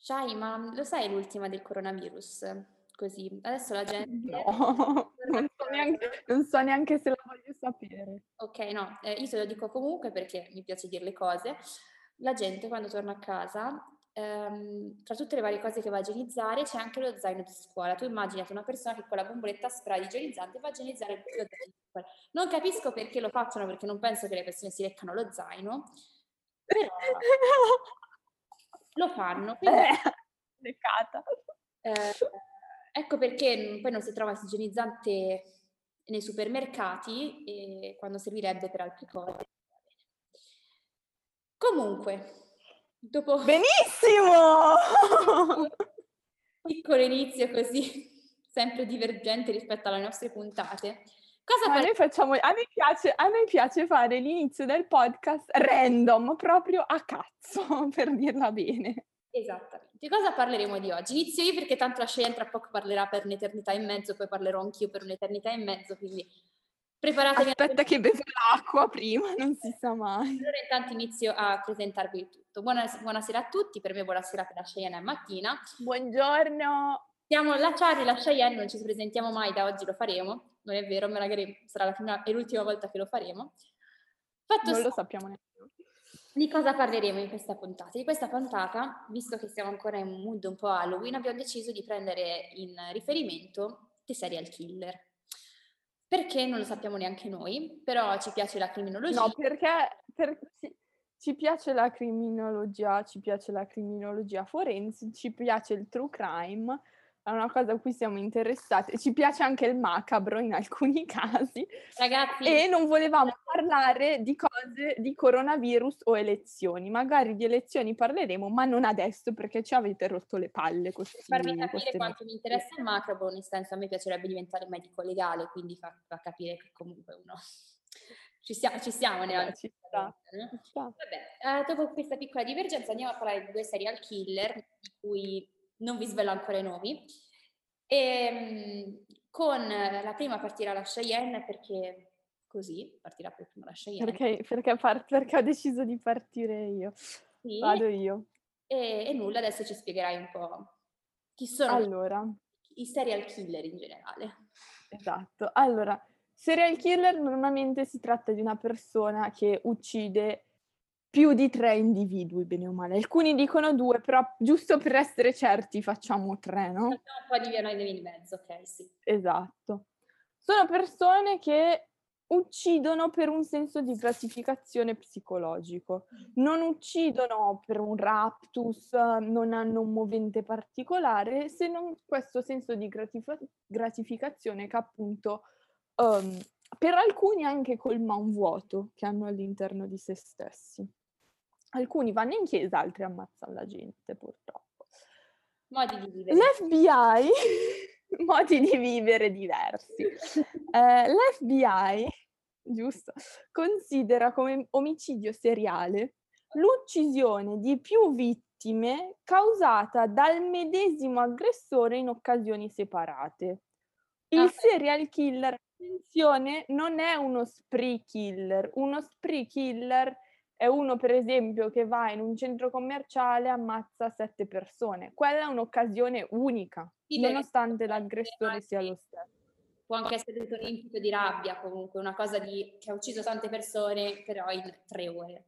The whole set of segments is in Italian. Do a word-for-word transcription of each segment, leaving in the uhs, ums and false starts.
Sai, ma lo sai l'ultima del coronavirus? Così, adesso la gente No, torna a non so casa. neanche non so neanche se la voglio sapere. Ok, no, eh, io te lo dico comunque perché mi piace dire le cose. La gente quando torna a casa, ehm, tra tutte le varie cose che va a igienizzare, c'è anche lo zaino di scuola. Tu immaginati una persona che con la bomboletta spray igienizzante va a igienizzare lo zaino di scuola. Non capisco perché lo facciano, perché non penso che le persone si leccano lo zaino, però lo fanno. Quindi Eh, leccata. eh, ecco perché poi non si trova questo igienizzante nei supermercati e quando servirebbe per altre cose. Comunque, dopo Benissimo! piccolo inizio così, sempre divergente rispetto alle nostre puntate, cosa Ma fare? noi facciamo a me piace a me piace fare l'inizio del podcast random, proprio a cazzo, per dirla bene. Esattamente. Cosa parleremo di oggi? Inizio io perché tanto la Cheyenne tra poco parlerà per un'eternità e mezzo, poi parlerò anch'io per un'eternità e mezzo, quindi preparatevi. Aspetta che bevo l'acqua prima, non si sa mai. Allora intanto inizio a presentarvi il tutto. Buonas- buonasera a tutti, per me buonasera per la Cheyenne è mattina. Buongiorno. Siamo la Charlie e la Cheyenne, non ci presentiamo mai, da oggi lo faremo, non è vero, magari sarà la prima e l'ultima volta che lo faremo. Fatto Non sta, lo sappiamo neanche noi. di cosa parleremo in questa puntata? Di questa puntata, visto che siamo ancora in un mood un po' Halloween, abbiamo deciso di prendere in riferimento The Serial Killer. Perché non lo sappiamo neanche noi, però ci piace la criminologia. No, perché per ci ci piace la criminologia, ci piace la criminologia forense, ci piace il true crime, è una cosa a cui siamo interessate, ci piace anche il macabro in alcuni casi Ragazzi, e non volevamo parlare di cose di coronavirus o elezioni. Magari di elezioni parleremo, ma non adesso perché ci avete rotto le palle per farvi questi capire queste quanto mi notizie. interessa il macabro, nel senso a me piacerebbe diventare medico legale, quindi fa, fa capire che comunque uno ci, sia, ci siamo Vabbè, neanche. ci sta, No? ci sta. Vabbè, eh, dopo questa piccola divergenza andiamo a parlare di due serial killer, di cui non vi svelo ancora i nomi. E, mh, con la prima partirà la Cheyenne perché così partirà per prima la Cheyenne. Perché perché par perché ho deciso di partire io. Sì, Vado io. e, e nulla, adesso ci spiegherai un po' chi sono Allora, i serial killer in generale. esatto. Allora, serial killer normalmente si tratta di una persona che uccide più di tre individui, bene o male. Alcuni dicono due, però giusto per essere certi facciamo tre, no? Facciamo un po' di via noi di mezzo, ok, sì. Esatto. Sono persone che uccidono per un senso di gratificazione psicologico. Non uccidono per un raptus, non hanno un movente particolare, se non questo senso di gratifa gratificazione che appunto, uhm, per alcuni anche colma un vuoto che hanno all'interno di se stessi. Alcuni vanno in chiesa, altri ammazzan la gente purtroppo. Modi di vivere. L'F B I modi di vivere diversi. Ehm, l'F B I, giusto, considera come omicidio seriale l'uccisione di più vittime causata dal medesimo aggressore in occasioni separate. Ah, Il serial killer, attenzione, non è uno spree killer. Uno spree killer è uno, per esempio, che va in un centro commerciale e ammazza sette persone. Quella è un'occasione unica, sì, perché nonostante può essere l'aggressore sia lo anche, stesso. può anche essere tutto un impeto di rabbia, comunque, una cosa di, che ha ucciso tante persone, però in tre ore.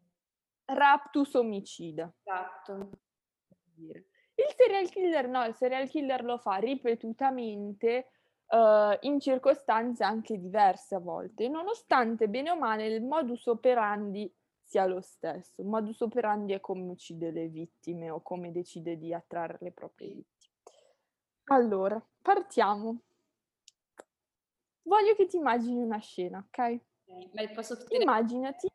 Raptus omicida, Esatto. per dire. Il serial killer no, il serial killer lo fa ripetutamente, uhm, in circostanze anche diverse a volte, nonostante bene o male il modus operandi sia lo stesso. Il modus operandi è come uccide le vittime o come decide di attrarre le proprie vittime. Allora, partiamo. Voglio che ti immagini una scena, okay? Ok, ma posso tenere Immaginati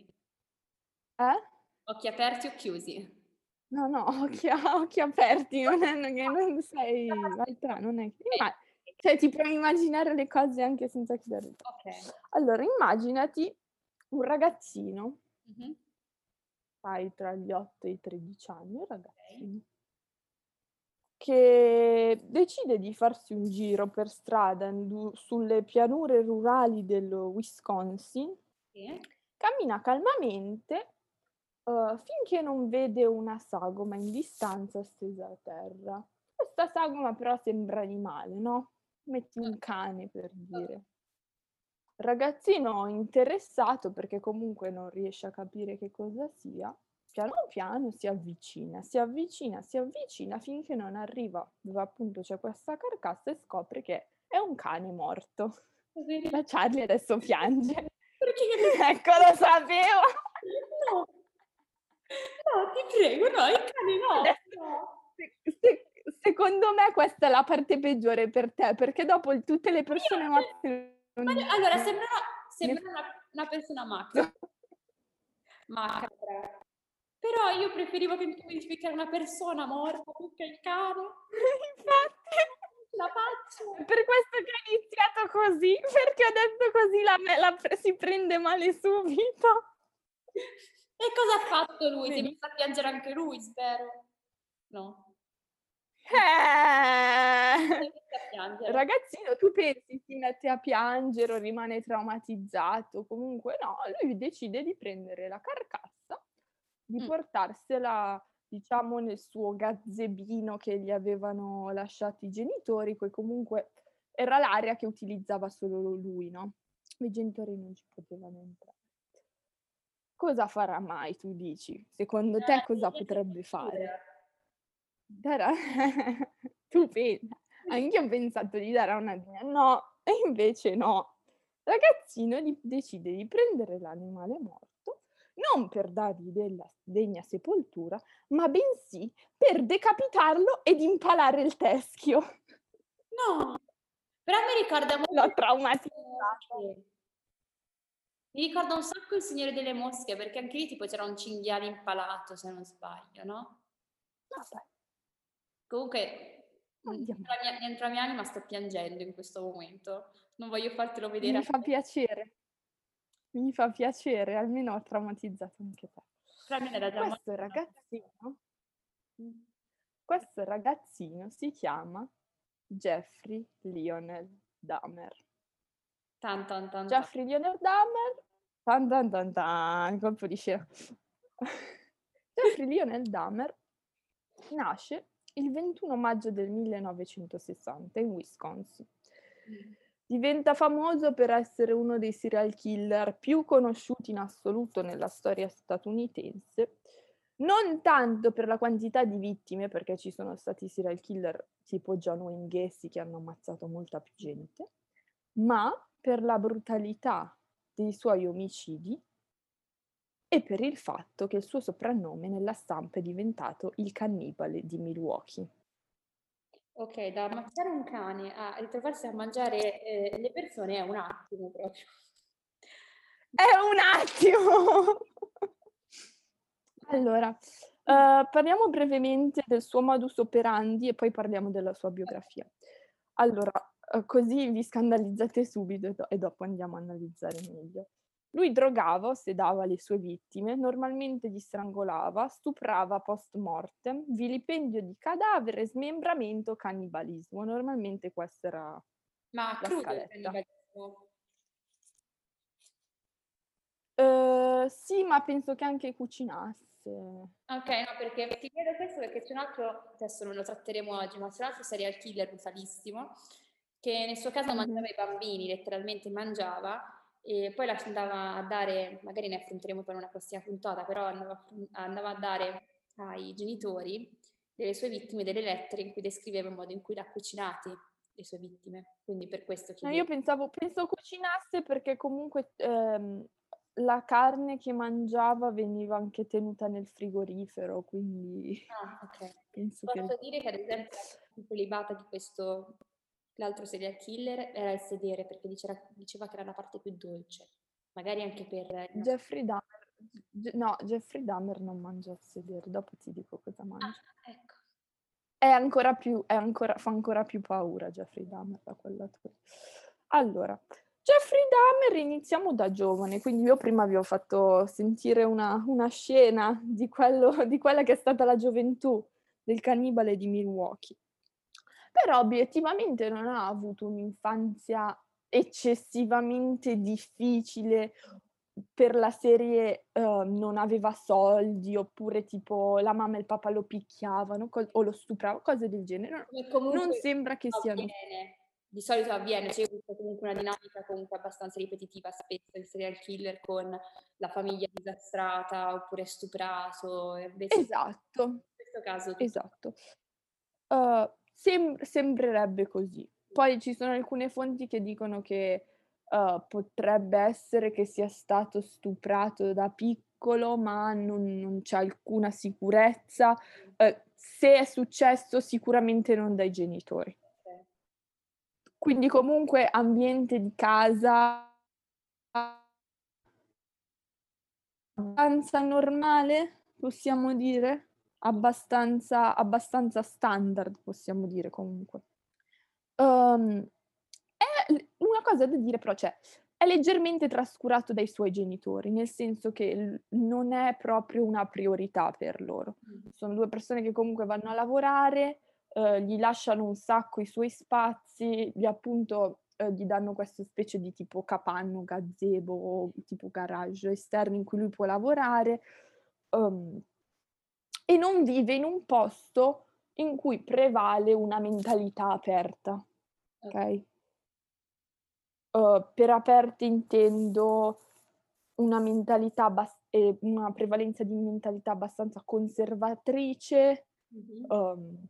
eh? occhi aperti o chiusi? No, no, occhi a occhi aperti, non è non che non sei vai tra, non è che imma cioè ti puoi immaginare le cose anche senza chiudere gli occhi. Ok. Allora immaginati un ragazzino, Mhm. sai tra gli otto e i tredici anni, un Ok. ragazzino, che decide di farsi un giro per strada ndu sulle pianure rurali dello Wisconsin, Sì. cammina calmamente uh, finché non vede una sagoma in distanza stesa a terra. Questa sagoma però sembra animale, no? Metti un cane per dire. Ragazzino interessato, perché comunque non riesce a capire che cosa sia, piano piano si avvicina, si avvicina, si avvicina finché non arriva dove appunto c'è questa carcassa e scopre che è un cane morto. La Charlie adesso piange. Perché Ecco, lo sapevo! No, no, ti prego, no, il cane no. Adesso, no. se- se- secondo me questa è la parte peggiore per te, perché dopo il- tutte le persone Io- matte ma- non allora, sembra, ne sembra una, una persona macabra. macabra. Però io preferivo che mi dovessi spiegare una persona morta più che il cane. Infatti, La faccio. è per questo che ho iniziato così, perché ho detto così la, la, si prende male subito. E cosa ha fatto lui? Si è Vedi? messo a piangere anche lui, spero. No. Eh, Si è messo a piangere. Ragazzino, tu pensi si mette a piangere o rimane traumatizzato? Comunque no, lui decide di prendere la carcassa, di Mm. portarsela, diciamo, nel suo gazebino che gli avevano lasciato i genitori, poi comunque era l'area che utilizzava solo lui, no? I genitori non ci potevano entrare. Cosa farà mai, tu dici? Secondo te Eh, cosa sì, potrebbe sì, fare? Darà... tu pensa, anche ho pensato di dare a una digna, no, e invece no. Il ragazzino di- decide di prendere l'animale morto, non per dargli della degna sepoltura, ma bensì per decapitarlo ed impalare il teschio. No, però mi ricorda molto... L'ho traumatizzato. Mi ricorda un sacco Il Signore delle Mosche, perché anche lì tipo c'era un cinghiale impalato, se non sbaglio, no? Vabbè, Comunque, mh, andiamo. dentro la mia, dentro la mia anima sto piangendo in questo momento. Non voglio fartelo vedere Mi a fa te. piacere, mi fa piacere, almeno ho traumatizzato anche te. Però almeno era già molto... Questo ragazzino, questo ragazzino si chiama Jeffrey Lionel Dahmer. Tan, tan, tan, tan. Jeffrey Lionel Dahmer, tan tan tan tan, colpo di scena. Jeffrey Lionel Dahmer nasce il ventuno maggio del millenovecentosessanta in Wisconsin. Diventa famoso per essere uno dei serial killer più conosciuti in assoluto nella storia statunitense, non tanto per la quantità di vittime, perché ci sono stati serial killer tipo John Wayne Gacy che hanno ammazzato molta più gente, ma per la brutalità dei suoi omicidi e per il fatto che il suo soprannome nella stampa è diventato il cannibale di Milwaukee. Ok, da ammazzare un cane a ritrovarsi a mangiare eh, le persone è un attimo proprio. È un attimo! Allora, uh, parliamo brevemente del suo modus operandi e poi parliamo della sua biografia. Allora, uh, così vi scandalizzate subito e, do- e dopo andiamo a analizzare meglio. Lui drogava o sedava le sue vittime, normalmente li strangolava, stuprava post mortem, vilipendio di cadavere, smembramento, cannibalismo. Normalmente questa era Ma la crudo il scaletta. cannibalismo? Uh, sì, ma penso che anche cucinasse. Ok, no, perché ti chiedo questo perché c'è un altro, adesso non lo tratteremo oggi, ma c'è un altro serial killer brutalissimo che nel suo caso mangiava Mhm. i bambini, letteralmente mangiava e poi la andava a dare, magari ne affronteremo per una prossima puntata, però andava, andava a dare ai genitori delle sue vittime delle lettere in cui descriveva il modo in cui le ha cucinate le sue vittime, quindi per questo No, chiedevo. io pensavo, penso cucinasse perché comunque ehm, la carne che mangiava veniva anche tenuta nel frigorifero, quindi Ah, ok. penso Posso che... dire che ad esempio la cosa più prelibata di questo, l'altro serial killer era il sedere, perché diceva, diceva che era la parte più dolce, magari anche per... Jeffrey Dahmer, Ge- no, Jeffrey Dahmer non mangia a sedere, dopo ti dico cosa mangia. Ah, ecco. È ancora più, è ancora, fa ancora più paura Jeffrey Dahmer da quel lato lì. Allora, Jeffrey Dahmer iniziamo da giovane, quindi io prima vi ho fatto sentire una, una scena di, quello, di quella che è stata la gioventù del cannibale di Milwaukee. Però obiettivamente non ha avuto un'infanzia eccessivamente difficile per la serie, uhm, non aveva soldi, oppure tipo la mamma e il papà lo picchiavano co o lo stuprava, cose del genere. No, Come non comunque sembra che siano avviene, di solito avviene, cioè io ho visto comunque una dinamica comunque abbastanza ripetitiva spesso, il serial killer con la famiglia disastrata oppure stuprato, e invece in esatto, questo caso tutto esatto. Uhm, sem sembrerebbe così. Poi ci sono alcune fonti che dicono che, uhm, potrebbe essere che sia stato stuprato da piccolo, ma non non c'è alcuna sicurezza. Uhm, se è successo sicuramente non dai genitori. okay. Quindi comunque ambiente di casa abbastanza normale, possiamo dire? Abbastanza abbastanza standard, possiamo dire comunque. Uhm, è l una cosa da dire però c'è, è leggermente trascurato dai suoi genitori, nel senso che l non è proprio una priorità per loro. Mh. Sono due persone che comunque vanno a lavorare, uhm, gli lasciano un sacco i suoi spazi, gli appunto, uhm, gli danno questa specie di tipo capanno, gazebo, tipo garage esterno in cui lui può lavorare, uhm, e non vive in un posto in cui prevale una mentalità aperta, Okay. okay? Uhm, per aperti intendo una mentalità abbas ehm, una prevalenza di mentalità abbastanza conservatrice, Mh-mh. uhm,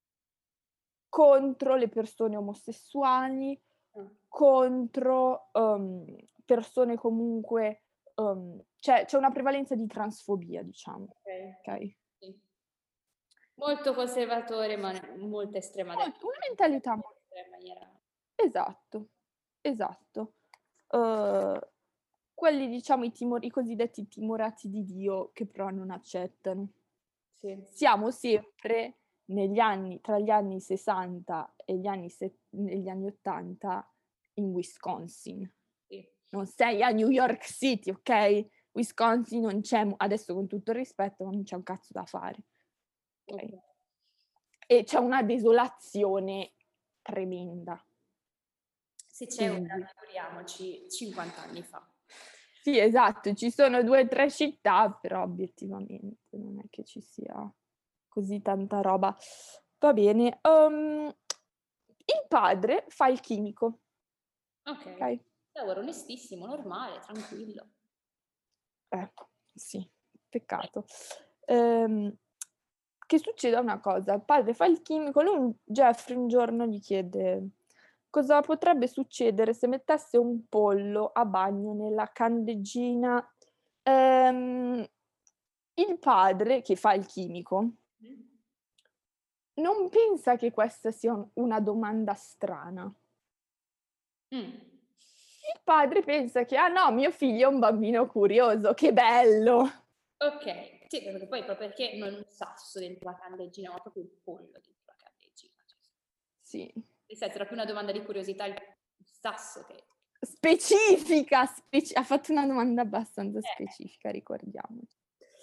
contro le persone omosessuali, Ah, contro, uhm, persone comunque uhm, c'è c'è una prevalenza di transfobia diciamo, okay. okay? Sì. Molto conservatore, ma ne molto estrema Mol destra, una in mentalità mo maniera esatto, esatto. Uhm, quelli diciamo i timori i cosiddetti timorati di Dio che però non accettano. sì, Siamo sempre negli anni tra gli anni 'sessanta e gli anni se negli anni 'ottanta in Wisconsin. sì, Non sei a New York City, okay? Wisconsin non c'è mo adesso con tutto il rispetto, ma non c'è un cazzo da fare, okay? okay. E c'è una desolazione tremenda. Se c'è una, Quindi figuriamoci cinquanta anni fa. sì, esatto, ci sono due, tre città, però obiettivamente non è che ci sia così tanta roba. Va bene, uhm, il padre fa il chimico, Okay. okay? Lavoro onestissimo, normale, tranquillo. Eh, sì, peccato. Ehm, che succeda una cosa, il padre fa il chimico, lui un Jeffrey un giorno gli chiede: "Cosa potrebbe succedere se mettesse un pollo a bagno nella candeggina?" Ehm, il padre, che fa il chimico, Mh. non pensa che questa sia un una domanda strana. Mh. Il padre pensa che: "Ah no, mio figlio è un bambino curioso, che bello!" Okay, sì, perché poi proprio perché non un sasso dentro la candeggina, ma proprio il pollo dentro la candeggina, cioè Sì. nel senso era più una domanda di curiosità il il sasso che Specifica, speci ha fatto una domanda abbastanza eh, specifica, ricordiamoci.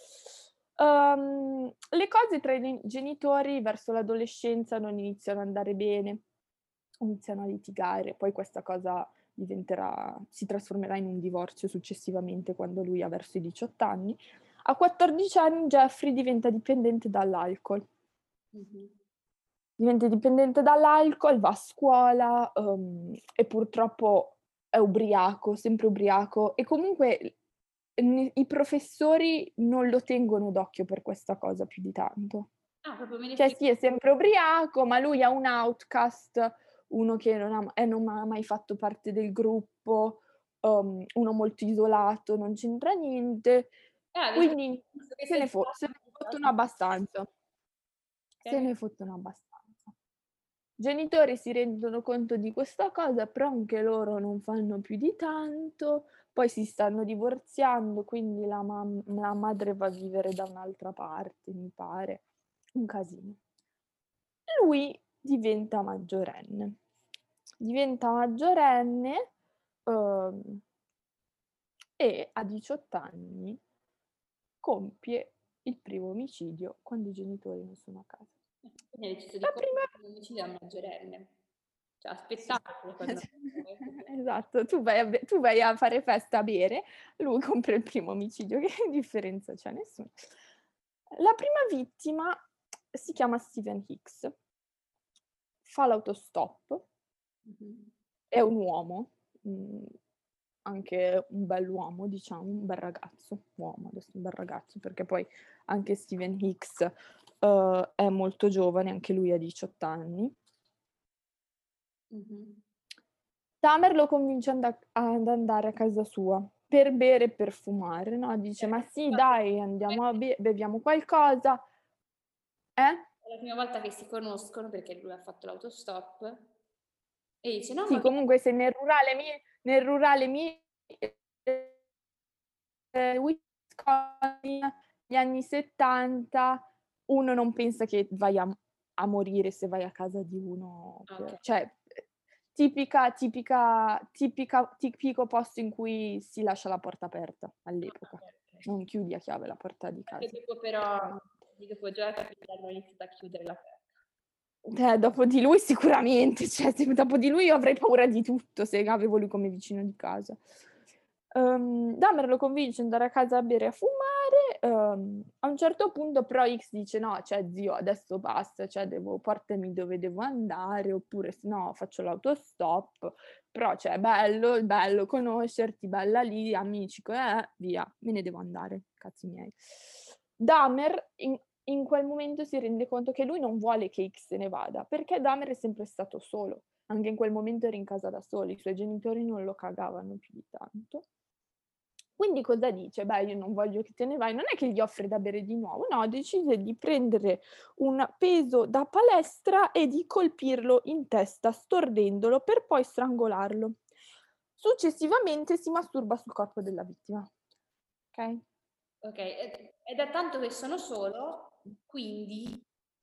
Uhm, le cose tra i ne genitori verso l'adolescenza non iniziano ad andare bene, iniziano a litigare, poi questa cosa diventerà si trasformerà in un divorzio successivamente quando lui ha verso i diciotto anni. A quattordici anni Jeffrey diventa dipendente dall'alcol. mh-mh. Diventa dipendente dall'alcol, va a scuola, uhm, e purtroppo è ubriaco, sempre ubriaco e comunque n i professori non lo tengono d'occhio per questa cosa più di tanto. Ah, proprio me ne Cioè fre sì, è sempre ubriaco, ma lui è un outcast, uno che non ha m eh, non ha mai fatto parte del gruppo, uhm, uno molto isolato, non c'entra niente, ah, visto quindi visto che se sei ne fo se ne fottono abbastanza. Se okay. ne fottono abbastanza. Genitori si rendono conto di questa cosa, però anche loro non fanno più di tanto, poi si stanno divorziando, quindi la mam la madre va a vivere da un'altra parte, mi pare. Un casino. Lui diventa maggiorenne. Diventa maggiorenne, uhm, e a diciotto anni compie il primo omicidio quando i genitori non sono a casa. Quindi hai deciso di La prima compiere un omicidio a maggiorenne. Cioè sì. aspettavate secondo me. Esatto, tu vai a be tu vai a fare festa a bere, lui compie il primo omicidio, che differenza c'è? Nessuna. La prima vittima si chiama Steven Hicks. Fa l'autostop, Mh-mh. è un uomo, mhmm, anche un bell'uomo diciamo, un bel ragazzo, uomo, adesso un bel ragazzo, perché poi anche Steven Hicks, uhm, è molto giovane, anche lui ha diciotto anni. Mh-mh. Dahmer lo convince anda ad andare a casa sua per bere e per fumare, no, dice: "Ma sì dai, andiamo a be beviamo qualcosa." Eh? È la prima volta che si conoscono perché lui ha fatto l'autostop e dice: "No, Sì, ma abbiamo". comunque se nel rurale mi nel rurale mi ehm, Wisconsin, gli anni 'settanta, uno non pensa che vai a m a morire se vai a casa di uno per Okay, cioè, ehm, tipica tipica tipica tipico posto in cui si lascia la porta aperta all'epoca. okay, okay. Non chiudi a chiave la porta di Perché casa. dopo però di dopo Joe hanno iniziato a chiudere la porta. Eh, dopo di lui sicuramente, cioè se dopo di lui io avrei paura di tutto se avevo lui come vicino di casa. Uhm, Dahmer lo convince ad andare a casa a bere e a fumare, uhm, a un certo punto però X dice: "No, cioè zio adesso basta, cioè devo portami dove devo andare, oppure se no faccio l'autostop, però cioè bello bello conoscerti, bella lì, amici co eh, via, me ne devo andare, cazzi miei." Dahmer in in quel momento si rende conto che lui non vuole che X se ne vada, perché Dahmer è sempre stato solo. Anche in quel momento era in casa da solo, i suoi genitori non lo cagavano più di tanto. Quindi cosa dice? "Beh, io non voglio che te ne vai", non è che gli offre da bere di nuovo, no, decide di prendere un peso da palestra e di colpirlo in testa, stordendolo, per poi strangolarlo. Successivamente si masturba sul corpo della vittima, okay? Okay, ed è da tanto che sono solo, quindi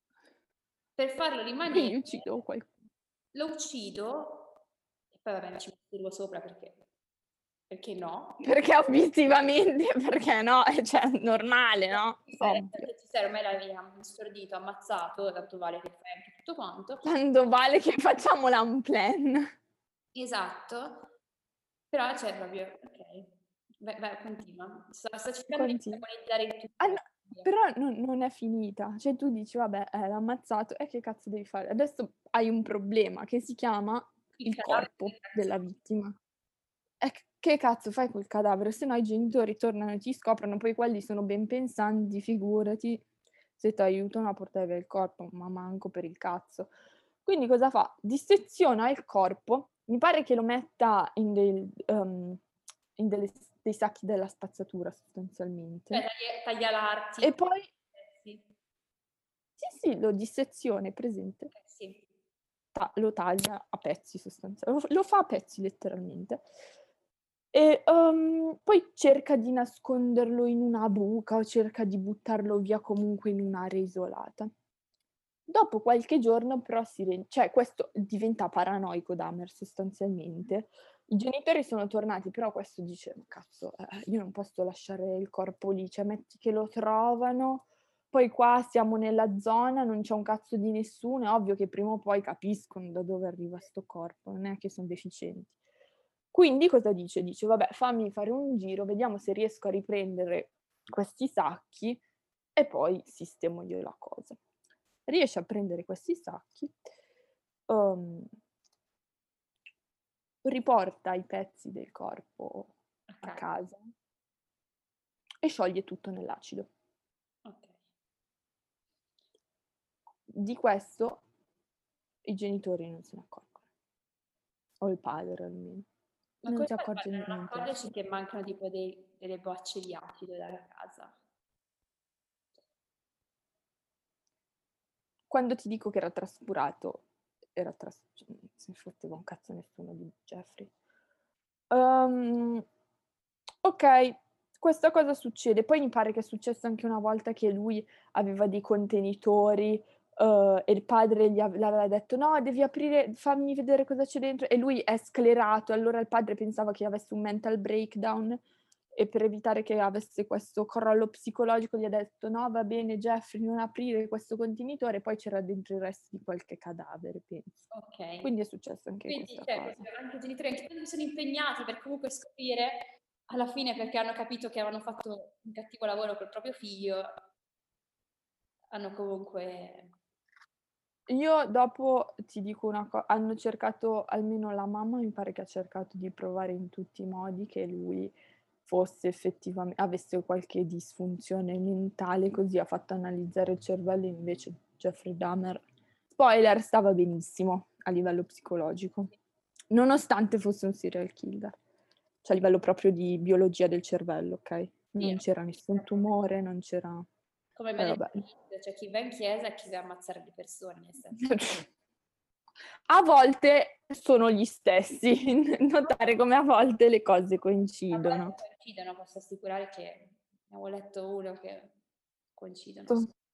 per farlo Quindi rimanere uccido qual lo uccido e poi vabbè mi ci masturbo sopra perché perché no? perché obiettivamente perché no, eh, cioè normale, no, Chi se ovvio. che ci serve, ormai l'abbiamo stordito, ammazzato, tanto vale che fai anche tutto quanto. Tanto vale che facciamo l'unplan. Esatto, però cioè proprio okay, vai vai continua. Sto sto cercando di Conti metabolizzare il ah tutto. no, però non non è finita. Cioè tu dici: "Vabbè, eh, l'ha ammazzato e che cazzo devi fare?" Adesso hai un problema che si chiama Il il cadavere del corpo della ragazzino. vittima. E c che cazzo fai col cadavere? Se no i genitori tornano e ti scoprono, poi quelli sono ben pensanti, figurati se t'aiutano a portare via il corpo, ma manco per il cazzo. Quindi cosa fa? Disseziona il corpo, mi pare che lo metta in del uhm, in delle s dei sacchi della spazzatura Cioè sostanzialmente, taglia taglialarti e poi sì, sì, sì, lo disseziona, hai presente? okay, sì. Ta lo taglia a pezzi sostanzia lo f lo fa a pezzi letteralmente. E, uhm, poi cerca di nasconderlo in una buca o cerca di buttarlo via comunque in un'area isolata. Dopo qualche giorno però si ren cioè questo diventa paranoico Dahmer sostanzialmente. I genitori sono tornati, però questo dice: "Ma cazzo, eh, eh, io non posso lasciare il corpo lì, cioè metti che lo trovano, poi qua siamo nella zona, non c'è un cazzo di nessuno, è ovvio che prima o poi capiscono da dove arriva 'sto corpo, non è che son deficienti." Quindi cosa dice? Dice: "Vabbè, fammi fare un giro, vediamo se riesco a riprendere questi sacchi e poi sistemo io la cosa." Riesce a prendere questi sacchi, uhm, riporta i pezzi del corpo A a casa, casa e scioglie tutto nell'acido. okay. Di questo i genitori non se ne accorgono, o il padre almeno. Ma Non come si fa il accorge padre a non niente accorgersi nessuno. che mancano tipo dei delle gocce di acido dalla casa? Quando ti dico che era trascurato, era tras cioè, non se ne fotteva un cazzo nessuno di Jeffrey. Uhm, okay, questa cosa succede. Poi mi pare che è successo anche una volta che lui aveva dei contenitori, uhm, e il padre gli av le aveva detto: "No, devi aprire fammi vedere cosa c'è dentro", e lui è sclerato, allora il padre pensava che avesse un mental breakdown e per evitare che avesse questo crollo psicologico gli ha detto no va bene Jeffrey non aprire questo contenitore, poi c'era dentro i resti di qualche cadavere, penso. Ok. Quindi è successo anche Quindi, questa cioè, cosa. anche i genitori anche quelli sono impegnati per comunque scoprire alla fine, perché hanno capito che avevano fatto un cattivo lavoro col proprio figlio, hanno comunque... Io dopo ti dico una cosa, hanno cercato, almeno la mamma mi pare che ha cercato di provare in tutti i modi che lui fosse effettivamente, avesse qualche disfunzione mentale, così ha fatto analizzare il cervello, invece Jeffrey Dahmer, spoiler, stava benissimo a livello psicologico, nonostante fosse un serial killer, cioè a livello proprio di biologia del cervello, ok? Non Sì, c'era nessun tumore, non c'era... come Poi abbiamo vabbè. detto, c'è chi va in chiesa e chi va a ammazzare le persone, nel senso. A volte sono gli stessi, notare come a volte le cose coincidono. A volte coincidono, posso assicurare che ne avevo letto uno che coincidono.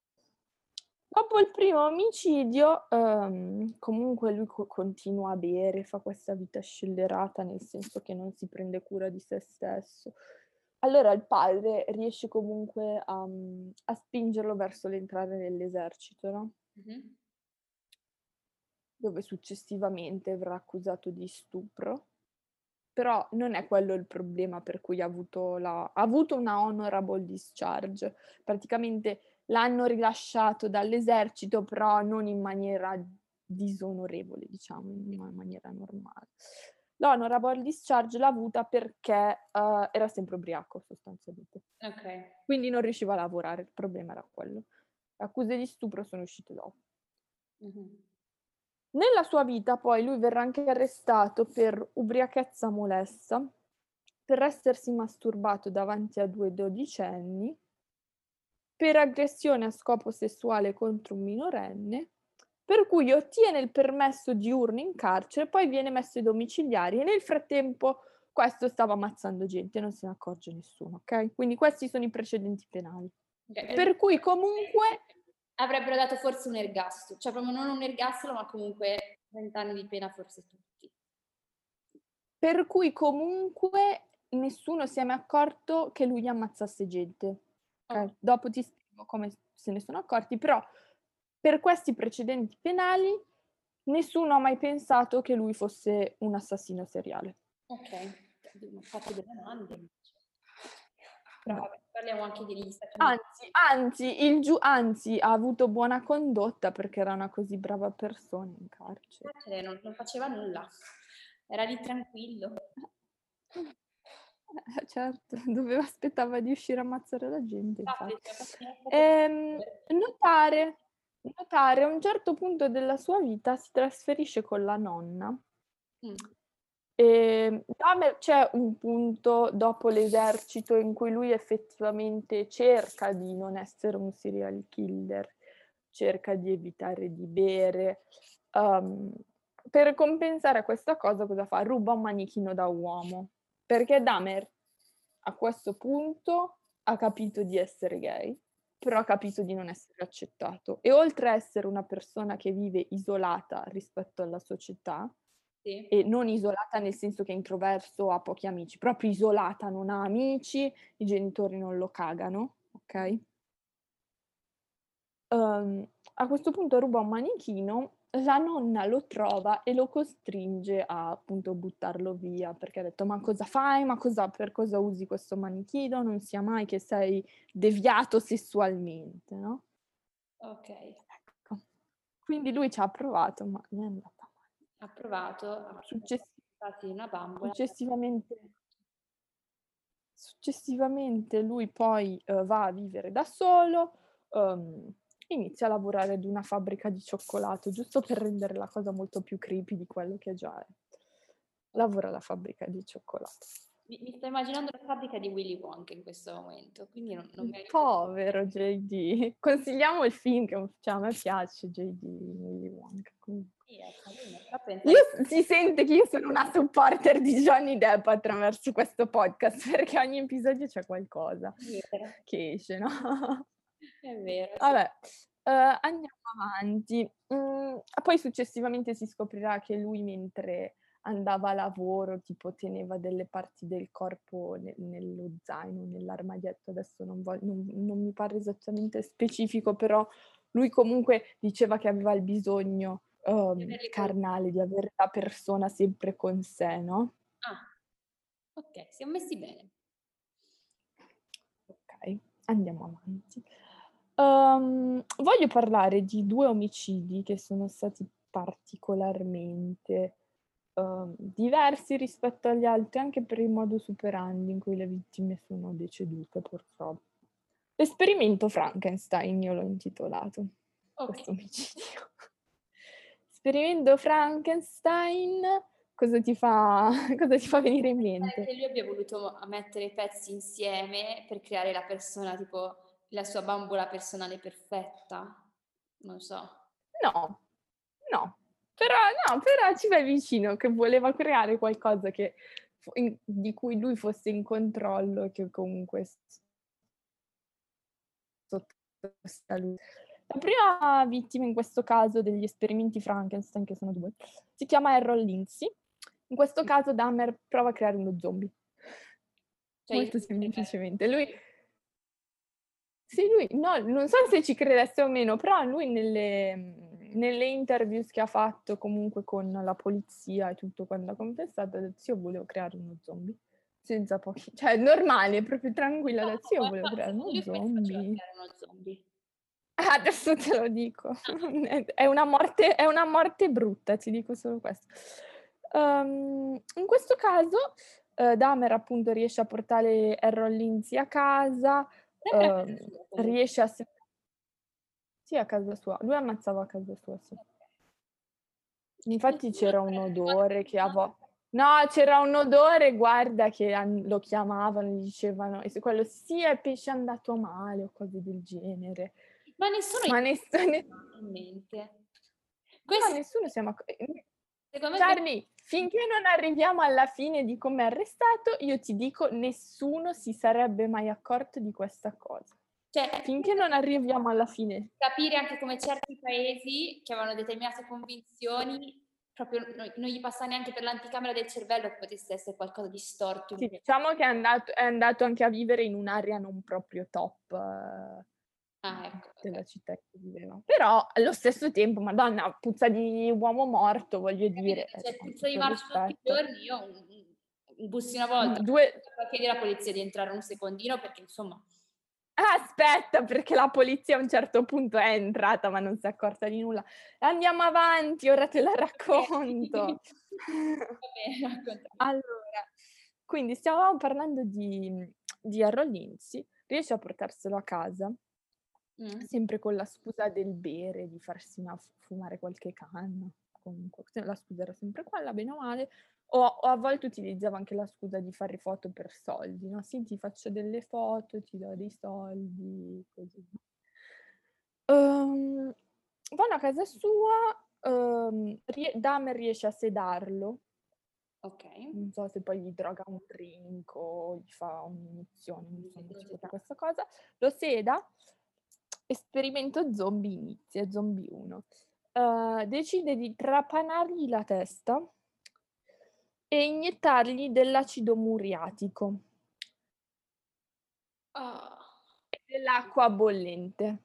Dopo il primo omicidio, ehm, comunque lui co- continua a bere, fa questa vita scellerata, nel senso che non si prende cura di se stesso. Allora il padre riesce comunque a, a spingerlo verso l'entrare nell'esercito, no? Mhm. Dove successivamente verrà accusato di stupro. Però non è quello il problema per cui ha avuto, la, ha avuto una honorable discharge. Praticamente l'hanno rilasciato dall'esercito, però non in maniera disonorevole, diciamo, in una maniera normale. L'honorable discharge l'ha avuta perché uh, era sempre ubriaco, sostanzialmente. Ok. Quindi non riusciva a lavorare, il problema era quello. Le accuse di stupro sono uscite dopo. Mhm. Nella sua vita poi lui verrà anche arrestato per ubriachezza molesta, per essersi masturbato davanti a due dodicenni, per aggressione a scopo sessuale contro un minorenne, per cui ottiene il permesso diurno in carcere, poi viene messo ai domiciliari e nel frattempo questo stava ammazzando gente, non se ne accorge nessuno, ok? Quindi questi sono i precedenti penali. Okay. Per cui comunque... Avrebbero dato forse un ergastolo, cioè proprio non un ergastolo, ma comunque vent'anni di pena forse tutti. Per cui comunque nessuno si è mai accorto che lui ammazzasse gente. Okay? Oh. Dopo ti spiego come se ne sono accorti, però per questi precedenti penali nessuno ha mai pensato che lui fosse un assassino seriale. Ok, ho fatto delle domande invece. Però No. vabbè, parliamo anche degli Stati Uniti. Anzi, anzi, il giu- anzi, ha avuto buona condotta perché era una così brava persona in carcere. Carcere non, non faceva nulla, era lì tranquillo. Eh, certo, doveva aspettava di uscire a ammazzare la gente, Infatti, infatti. cioè, fatto- Ehm, notare, notare, a un certo punto della sua vita si trasferisce con la nonna. Mm. E Dahmer c'è un punto dopo l'esercito in cui lui effettivamente cerca di non essere un serial killer, cerca di evitare di bere. Um, per compensare questa cosa cosa fa? Ruba un manichino da uomo, perché Dahmer a questo punto ha capito di essere gay, però ha capito di non essere accettato e oltre a essere una persona che vive isolata rispetto alla società, Sì. e non isolata nel senso che è introverso, ha pochi amici, proprio isolata, non ha amici, i genitori non lo cagano, ok? Um, a questo punto ruba un manichino, la nonna lo trova e lo costringe a appunto buttarlo via perché ha detto ma cosa fai, ma cosa, per cosa usi questo manichino, non sia mai che sei deviato sessualmente, no? Ok, Ecco. Quindi lui ci ha provato ma non è andata male. ha provato, ha Success- fatto una bambola. successivamente Successivamente lui poi, uhm, va a vivere da solo, uhm, inizia a lavorare ad una fabbrica di cioccolato, giusto per rendere la cosa molto più creepy di quello che già è. Lavora alla fabbrica di cioccolato. Mi, mi sto immaginando la fabbrica di Willy Wonka in questo momento, quindi non, non mi aiuta. Povero J D. Consigliamo il film che cioè a me piace J D, Willy Wonka comunque. Sì, è carino, però pensa Io si sente che io sono una supporter di Johnny Depp attraverso questo podcast, perché ogni episodio c'è qualcosa che è vero, che esce, no? è vero, sì. Vabbè, uhm, andiamo avanti. Mhmm, poi successivamente si scoprirà che lui mentre andava a lavoro, tipo teneva delle parti del corpo ne- nello zaino, nell'armadietto, adesso non, voglio, non, non mi pare esattamente specifico, però lui comunque diceva che aveva il bisogno um, carnale di avere la persona sempre con sé, no? Ah, ok, siamo messi bene. Ok, andiamo avanti. Um, voglio parlare di due omicidi che sono stati particolarmente uh, diversi rispetto agli altri, anche per il modus operandi in cui le vittime sono decedute, purtroppo. L'esperimento Frankenstein, io l'ho intitolato, Ok. questo omicidio. Esperimento Frankenstein, cosa ti fa, cosa ti fa venire in mente? Che lui abbia voluto mettere i pezzi insieme per creare la persona, tipo la sua bambola personale perfetta. Non so. No, no, però, no, però ci vai vicino, che voleva creare qualcosa che, in, di cui lui fosse in controllo e che comunque sottosta a lui. La prima vittima in questo caso degli esperimenti Frankenstein, che sono due, si chiama Errol Lindsay. In questo caso Dahmer prova a creare uno zombie. Cioè, Molto semplicemente. Lui... Sì, lui, no, non so se ci credesse o meno, però lui nelle, nelle interviews che ha fatto comunque con la polizia e tutto quando ha confessato, ha detto sì, io volevo creare uno zombie. Senza pochi... Cioè, normale, proprio tranquilla, ha detto sì, io volevo creare uno zombie. uno zombie. Ah, adesso te lo dico. È una morte, è una morte brutta, ti dico solo questo. Um, in questo caso, uh, Dahmer appunto riesce a portare Errol Lindsay a casa, um, riesce a... Se- sì, a casa sua. Lui ammazzava a casa sua, sì. Infatti c'era un odore che a volte... No, c'era un odore, guarda, che an- lo chiamavano, gli dicevano, e se quello sì, è pesce andato male o cose del genere. Ma nessuno Ma nessuno... in mente. No, nessuno siamo... Secondo me Charlie, finché non arriviamo alla fine di come è arrestato, io ti dico, nessuno si sarebbe mai accorto di questa cosa. Cioè, finché non arriviamo alla fine. Capire anche come certi paesi che avevano determinate convinzioni proprio non, non gli passa neanche per l'anticamera del cervello che potesse essere qualcosa di storto. Sì, diciamo che è andato, è andato anche a vivere in un'area non proprio top eh, ah, ecco, della okay. città che viveva. Però allo stesso tempo, madonna, puzza di uomo morto, voglio dire. Cioè, Eh, puzza di tutto marcio tutti i rispetto. giorni, io un, un, un bussi una volta, Due... chiedere alla polizia di entrare un secondino perché insomma... Aspetta, perché la polizia a un certo punto è entrata ma non si è accorta di nulla. Andiamo avanti, ora te la racconto. Allora, quindi stiamo parlando di, di Errol Lindsay, riesce a portarselo a casa, mm. sempre con la scusa del bere, di farsi una, fumare qualche canna, comunque la scusa era sempre quella, bene o male, o, o a volte utilizzava anche la scusa di fare foto per soldi, no? Sì, ti faccio delle foto, ti do dei soldi, così. Um, vanno a casa sua, um, rie- Dahmer riesce a sedarlo. Ok. Non so se poi gli droga un drink o gli fa un'iniezione, insomma, c'è proprio questa cosa. Lo seda, esperimento zombie inizia, zombie uno. Uh, decide di trapanargli la testa e iniettargli dell'acido muriatico oh. e dell'acqua bollente.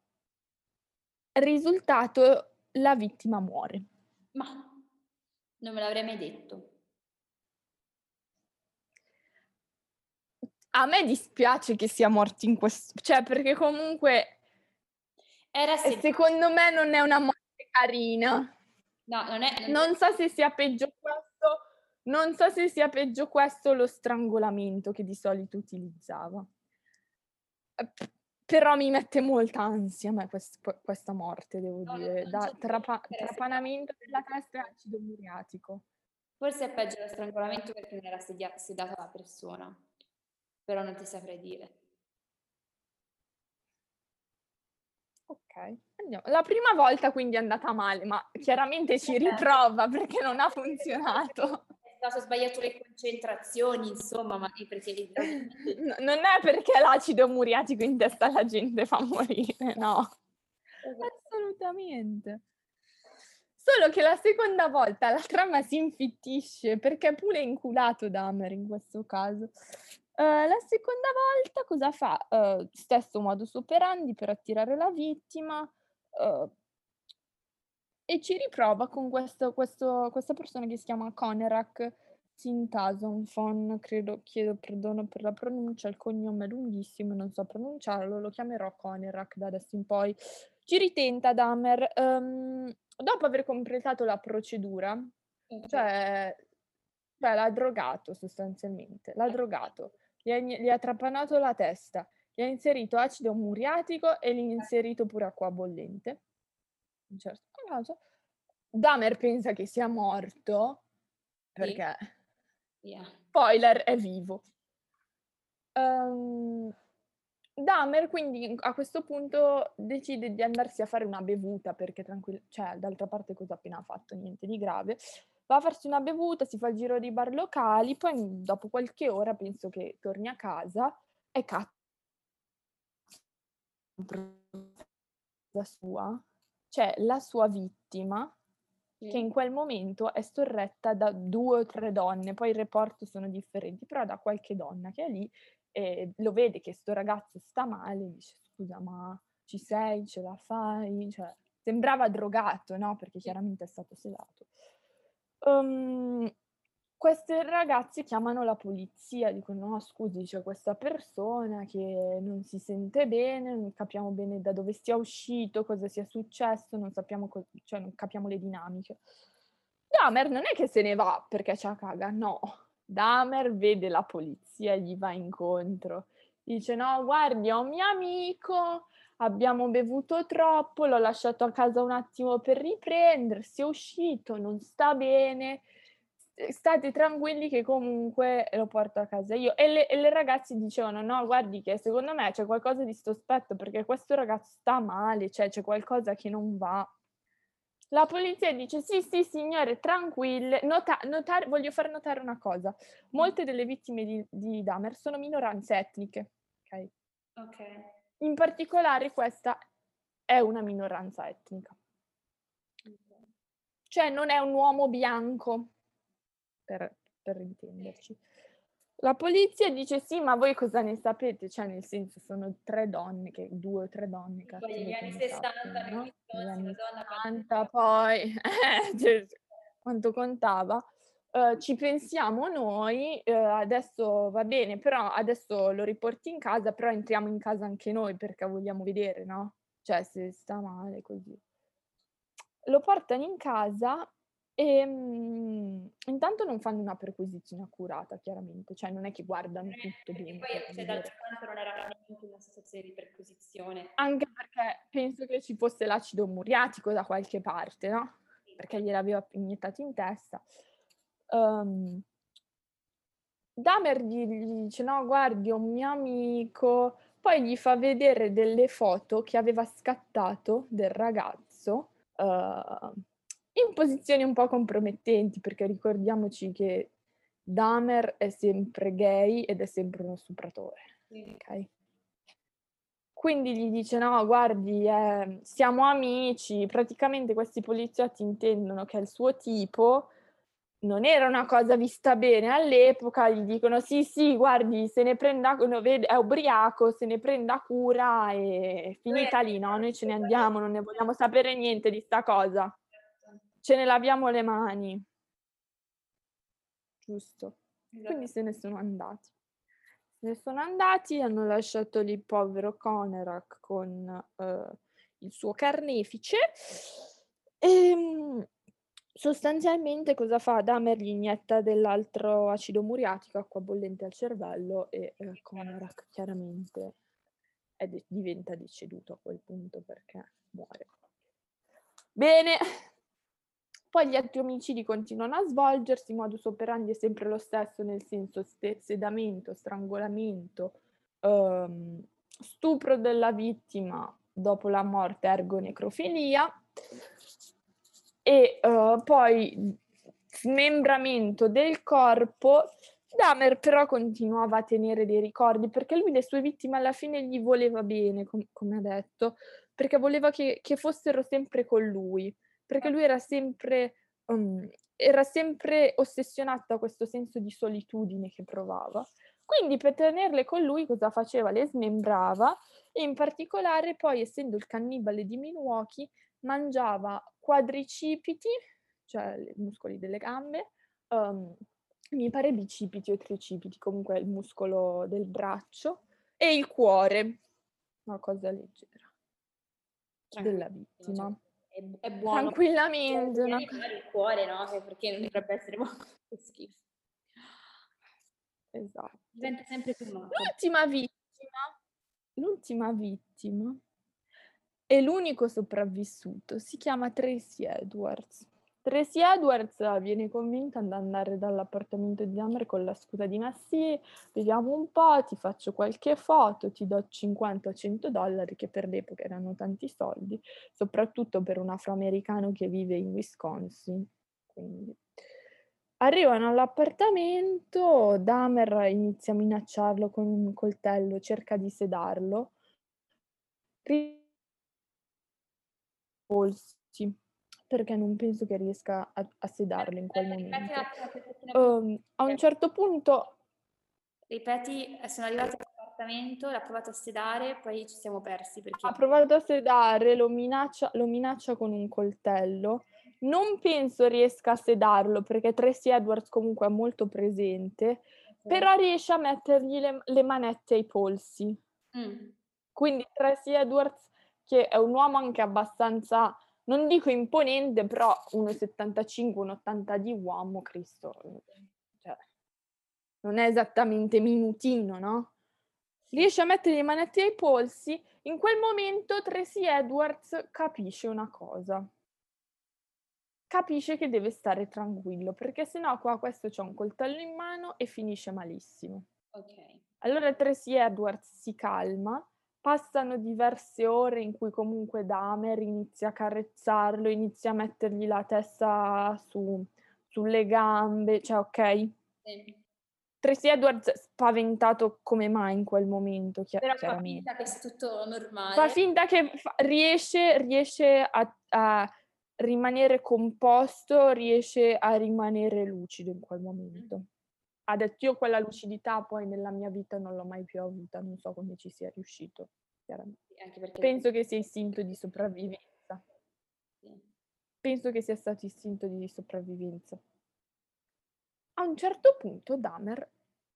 Risultato, la vittima muore. Ma non me l'avrei mai detto. A me dispiace che sia morto in questo... Cioè, perché comunque... Era secondo me non è una morte carina. No, non è... Non, non so se sia peggio questo... Non so se sia peggio questo o lo strangolamento che di solito utilizzava. Però mi mette molta ansia a me quest, questa morte, devo no, dire. Da trapa, trapanamento della testa e acido muriatico. Forse è peggio lo strangolamento perché non era sedia- sedata la persona, però non ti saprei dire. Ok, andiamo. La prima volta quindi è andata male, ma chiaramente ci riprova perché non ha funzionato. È stato sbagliato le concentrazioni, insomma, ma perché... No, non è perché l'acido muriatico in testa alla gente fa morire, no. Assolutamente. Solo che la seconda volta la trama si infittisce, perché è pure inculato Dahmer in questo caso. Uhm, la seconda volta cosa fa? Uhm, stesso modus operandi per attirare la vittima, uhm e ci riprova con questo questo questa persona che si chiama Conerak Sintasonfon, credo, chiedo perdono per la pronuncia, il cognome è lunghissimo e non so pronunciarlo, lo chiamerò Conerak da adesso in poi. Ci ritenta Dahmer, uhm, dopo aver completato la procedura, Okay. cioè cioè l'ha drogato sostanzialmente, l'ha drogato, gli ha inie gli ha trapanato la testa, gli ha inserito acido muriatico e gli ha inserito pure acqua bollente. Un certo caso. Dahmer pensa che sia morto, Sì. perché Via. spoiler, è vivo. Uhm, Dahmer quindi in a questo punto decide di andarsi a fare una bevuta perché tranquill cioè d'altra parte cosa ha appena fatto? Niente di grave. Va a farsi una bevuta, si fa il giro dei bar locali, poi, mhmm, dopo qualche ora penso che torni a casa e ca sua, c'è la sua vittima che Sì. in quel momento è sorretta da due o tre donne, poi i report sono differenti, però da qualche donna che è lì e lo vede che 'sto ragazzo sta male, dice: "Scusa, ma ci sei? Ce la fai?" Cioè, sembrava drogato, no, perché Sì. chiaramente è stato sedato. Uhm, queste ragazze chiamano la polizia, dicono: "No scusi, c'è questa persona che non si sente bene, non capiamo bene da dove sia uscito, cosa sia successo, non sappiamo co cioè non capiamo le dinamiche." Dahmer non è che se ne va perché c'ha caga, no. Dahmer vede la polizia e gli va incontro. Dice: "No, guardi, ho un mio amico, abbiamo bevuto troppo, l'ho lasciato a casa un attimo per riprendersi, è uscito, non sta bene. S state tranquilli che comunque lo porto a casa io." E le e le ragazze dicevano: "No, guardi che secondo me c'è qualcosa di sospetto perché questo ragazzo sta male, cioè c'è qualcosa che non va." La polizia dice: "Sì, sì, signore, tranquille." Nota notare voglio far notare una cosa: Mh. molte delle vittime di di Dahmer sono minoranze etniche, okay? Okay. In particolare questa è una minoranza etnica. Okay. Cioè non è un uomo bianco, per per Sì. intenderci. La polizia dice: "Sì, ma voi cosa ne sapete?" Cioè nel senso sono tre donne che due o tre donne, Sì, poi negli cattive che anni ne sessanta sappiano, nei no, negli Wisconsin anni la donna quando 'sessanta poi eh, cioè quanto contava. Uhm, ci pensiamo noi, uhm, adesso va bene, però adesso lo riporti in casa, però entriamo in casa anche noi perché vogliamo vedere, no, cioè se sta male così. Lo portano in casa, ehm, intanto non fanno una perquisizione accurata chiaramente, cioè non è che guardano tutto perché bene poi, per cioè, vedere. d'altro canto non era neanche una situazione di perquisizione. Anche perché penso che ci fosse l'acido muriatico da qualche parte, no, Sì, perché gliel'aveva p iniettato in testa. Uhm, Dahmer gli gli dice: "No, guardi, ho un mio amico", poi gli fa vedere delle foto che aveva scattato del ragazzo, uhm, in posizioni un po' compromettenti, perché ricordiamoci che Dahmer è sempre gay ed è sempre uno stupratore, sì. okay? Quindi gli dice: "No, guardi, ehm, siamo amici." Praticamente questi poliziotti intendono che è il suo tipo, non era una cosa vista bene all'epoca, gli dicono: "Sì, sì, guardi, se ne prenda c no vede è ubriaco, se ne prenda cura e Lui finita lì, no, noi ce ne è andiamo, non ne vogliamo sapere niente di 'sta cosa. Ce ne laviamo le mani." Giusto. Quindi se ne sono andati. Se ne sono andati, hanno lasciato lì il povero Conerak con, uhm, il suo carnefice. Ehm, sostanzialmente cosa fa? Dahmer gli inietta dell'altro acido muriatico, acqua bollente al cervello e, ehm, Conerak chiaramente è de diventa deceduto a quel punto perché muore. Bene. Poi gli altri omicidi continuano a svolgersi, il modus operandi è sempre lo stesso, nel senso ste sedamento, strangolamento, uhm, stupro della vittima dopo la morte, ergo necrofilia e, uhm, poi, mhmm, smembramento del corpo. Dahmer però continuava a tenere dei ricordi, perché lui le sue vittime alla fine gli voleva bene, com come ha detto, perché voleva che che fossero sempre con lui. perché lui era sempre uhm, era sempre ossessionato da questo senso di solitudine che provava. Quindi per tenerle con lui cosa faceva? Le smembrava e in particolare poi, essendo il cannibale di Milwaukee, mangiava quadricipiti, cioè i muscoli delle gambe, uhm, mi pare bicipiti o tricipiti, comunque il muscolo del braccio e il cuore, una cosa leggera, della Tranquillissimo, cioè vittima. è b è buono per Tranquillamente gli una co animali il cuore, no, che perché non dovrebbe essere buono? Che schifo. esatto. Diventa sempre più macabro. L'ultima vittima l'ultima vittima e l'unico sopravvissuto si chiama Tracy Edwards. Tracy Edwards viene convinta ad andare dall'appartamento di Dahmer con la scusa di: "Ma sì, vediamo un po', ti faccio qualche foto, ti do cinquanta o cento dollari", che per l'epoca erano tanti soldi, soprattutto per un afroamericano che vive in Wisconsin. Quindi arrivano all'appartamento, Dahmer inizia a minacciarlo con un coltello, cerca di sedarlo. Ri polsi, perché non penso che riesca a a sedarlo in quel Aspetta, ripeti un momento. attimo per perché non mi Uhm, a un certo punto ripeti, ehm, sono arrivati all'appartamento, l'ha provato a sedare, poi ci siamo persi ha perché provato a sedare, lo minaccia lo minaccia con un coltello. Non penso riesca a sedarlo, perché Tracy Edwards comunque è molto presente, okay. però riesce a mettergli le le manette ai polsi. Mh. Quindi Tracy Edwards, che è un uomo anche abbastanza, non dico imponente, però uno e settantacinque, un ottanta di uomo, Cristo, uhm, cioè non è esattamente minutino, no, Sì. riesce a mettere le manette ai polsi. In quel momento Tracy Edwards capisce una cosa, capisce che deve stare tranquillo, perché se no qua questo c'ha un coltello in mano e finisce malissimo. Okay. Allora Tracy Edwards si calma, passano diverse ore in cui comunque Dahmer inizia a carezzarlo, inizia a mettergli la testa su sulle gambe, cioè okay. Sì. Tracy Edwards spaventato come mai in quel momento, chia Però fa chiaramen finta che sia tutto fa normale. finta che fa riesce riesce a a rimanere composto, riesce a rimanere lucido in quel Mh. momento. Ha detto: "Io quella lucidità poi nella mia vita non l'ho mai più avuta, non so come ci sia riuscito", chiaramen Sì, anche perché penso che sia istinto di sopravvivenza. sì. Penso che sia stato istinto di sopravvivenza. A un certo punto Dahmer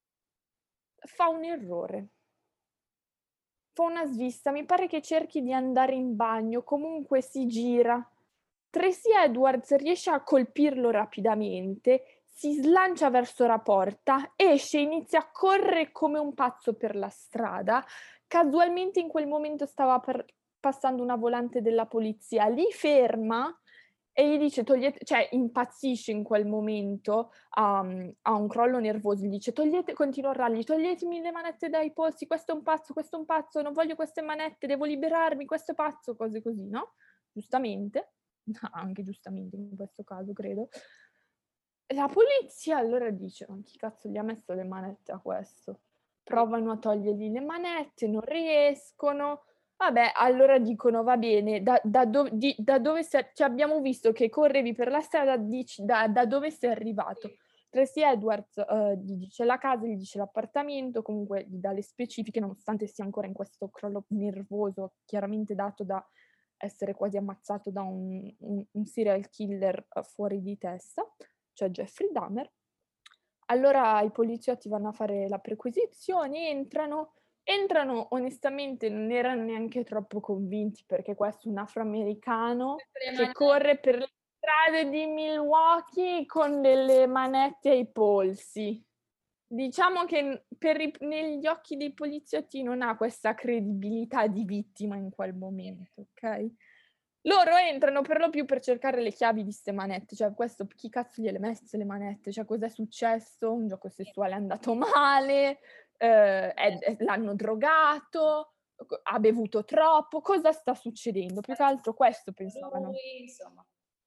fa un errore. Fa una svista, mi pare che cerchi di andare in bagno, comunque si gira. Tracy Edwards riesce a colpirlo rapidamente, si slancia verso la porta, esce, inizia a correre come un pazzo per la strada. Casualmente in quel momento stava per passando una volante della polizia, li ferma e gli dice: "Togliete", cioè impazzisce in quel momento, ha mhmm, ha un crollo nervoso, gli dice: "Togliete", continua a urlargli: "Toglietemi le manette dai polsi, questo è un pazzo, questo è un pazzo, non voglio queste manette, devo liberarmi, questo è pazzo", cose così, no, giustamente, anche giustamente in questo caso credo. E la polizia allora dice: "Ma chi cazzo gli ha messo le manette a questo?" Sì. Provano a togliergli le manette, non riescono. Vabbè, allora dicono: "Va bene, da da do di da dove sei, cioè abbiamo visto che correvi per la strada, dici da da dove sei arrivato?" Sì. Tracy Edwards, uhm, gli dice la casa, gli dice l'appartamento, comunque gli dà le specifiche, nonostante sia ancora in questo crollo nervoso, chiaramente dato da essere quasi ammazzato da un un un serial killer, uhm, fuori di testa, cioè Jeffrey Dahmer. Allora i poliziotti vanno a fare la perquisizione, entrano entrano onestamente non erano neanche troppo convinti, perché questo è un afroamericano Metto le che manette. corre per le strade di Milwaukee con delle manette ai polsi. Diciamo che, mhmm, per i p negli occhi dei poliziotti non ha questa credibilità di vittima in quel momento, okay? Loro entrano per lo più per cercare le chiavi di 'ste manette, cioè questo p chi cazzo gliele ha messe le manette? Cioè cos'è successo? Un gioco Sì. sessuale è andato male, ehm, è Certo. è l'hanno drogato, co ha bevuto troppo, cosa sta succedendo? Più che altro questo pensavano. Lui, insomma.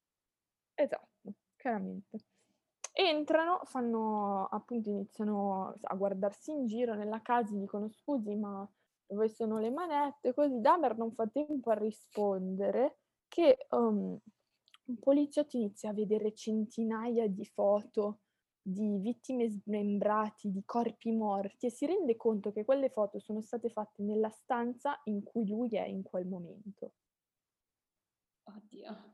Esatto, chiaramente. Entrano, fanno appunto iniziano s a guardarsi in giro nella casa, gli dicono: "Scusi, ma dove sono le manette?" Così Dahmer non fa tempo a rispondere che, uhm, un poliziotto inizia a vedere centinaia di foto di vittime smembrati, di corpi morti, e si rende conto che quelle foto sono state fatte nella stanza in cui lui è in quel momento. Oddio.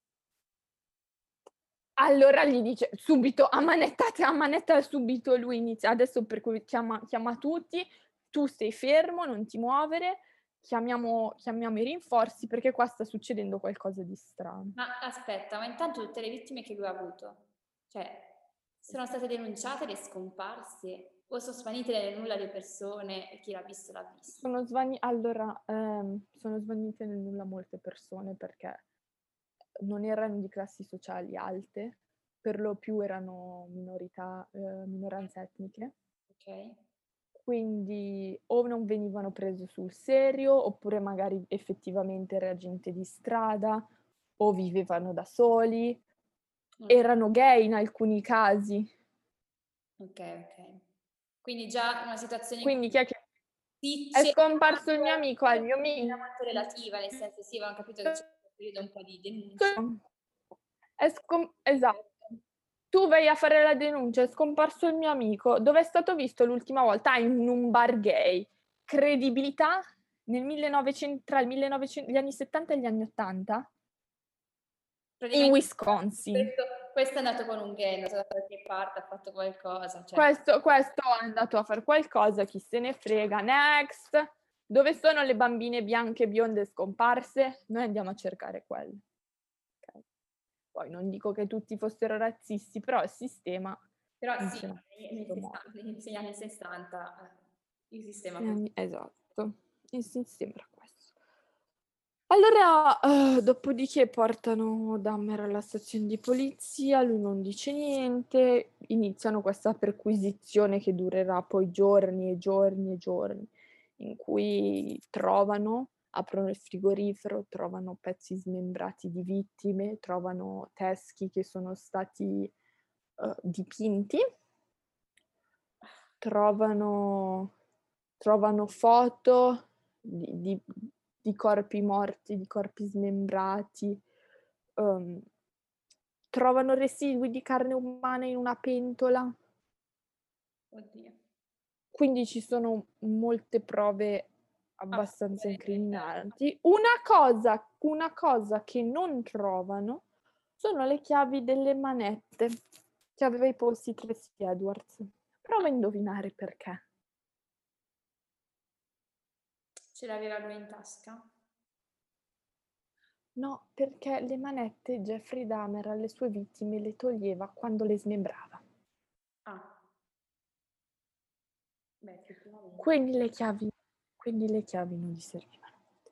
Allora gli dice subito: "Ammanettate, ammanetta subito", lui inizia adesso per cui chiama chiama tutti: "Tu stai fermo, non ti muovere, chiamiamo chiamiamo i rinforzi perché qua sta succedendo qualcosa di strano". Ma aspetta, ma intanto tutte le vittime che lui ha avuto, cioè, sono state denunciate le scomparse o sono svanite nel nulla le persone e chi l'ha visto l'ha visto? Sono svani allora, ehm, sono svanite nel nulla molte persone perché non erano di classi sociali alte, per lo più erano minorità ehm, minoranze etniche, Okay. quindi o non venivano prese sul serio, oppure magari effettivamente era gente di strada, o vivevano da soli, Okay, erano gay in alcuni casi. okay, okay. Quindi già una situazione in Quindi cui chi è che sì, è c'era scomparso il mio amico al mio mi era molto relativa, nel senso sì, avevamo capito che c'era un periodo un po' di denunce. È scom esatto. Tu vai a fare la denuncia, è scomparso il mio amico. Dove è stato visto l'ultima volta? Ah, in un bar gay. Credibilità? Nel millenovecento tra il millenovecento gli anni 'settanta e gli anni 'ottanta? In Praticamente Wisconsin. questo questo è andato con un gay, è andato da qualche parte, ha fatto qualcosa, cioè Questo questo è andato a far qualcosa, chi se ne frega. Next. Dove sono le bambine bianche bionde scomparse? Noi andiamo a cercare quelle. Okay. Poi non dico che tutti fossero razzisti, però il sistema però sì, funziona nei in nei questo sessa modo. negli anni sessanta, eh, il sistema Gli così. anni esatto, il sistema era questo. Allora, uhm, dopodiché portano Dahmer alla stazione di polizia, lui non dice niente, iniziano questa perquisizione che durerà poi giorni e giorni e giorni, in cui trovano aprono il frigorifero, trovano pezzi smembrati di vittime, trovano teschi che sono stati, uhm, dipinti, trovano trovano foto di di di corpi morti, di corpi smembrati, uhm, trovano residui di carne umana in una pentola, Oddio. quindi ci sono molte prove abbastanza Assolutamente, certo. incriminanti. Una cosa una cosa che non trovano sono le chiavi delle manette che aveva i polsi Tracy Edwards. Prova a indovinare perché. Ce l'aveva lui in tasca? No, perché le manette Jeffrey Dahmer alle sue vittime le toglieva quando le smembrava. Ah, beh effettivamente. Quindi le chiavi quindi le chiavi non gli servivano.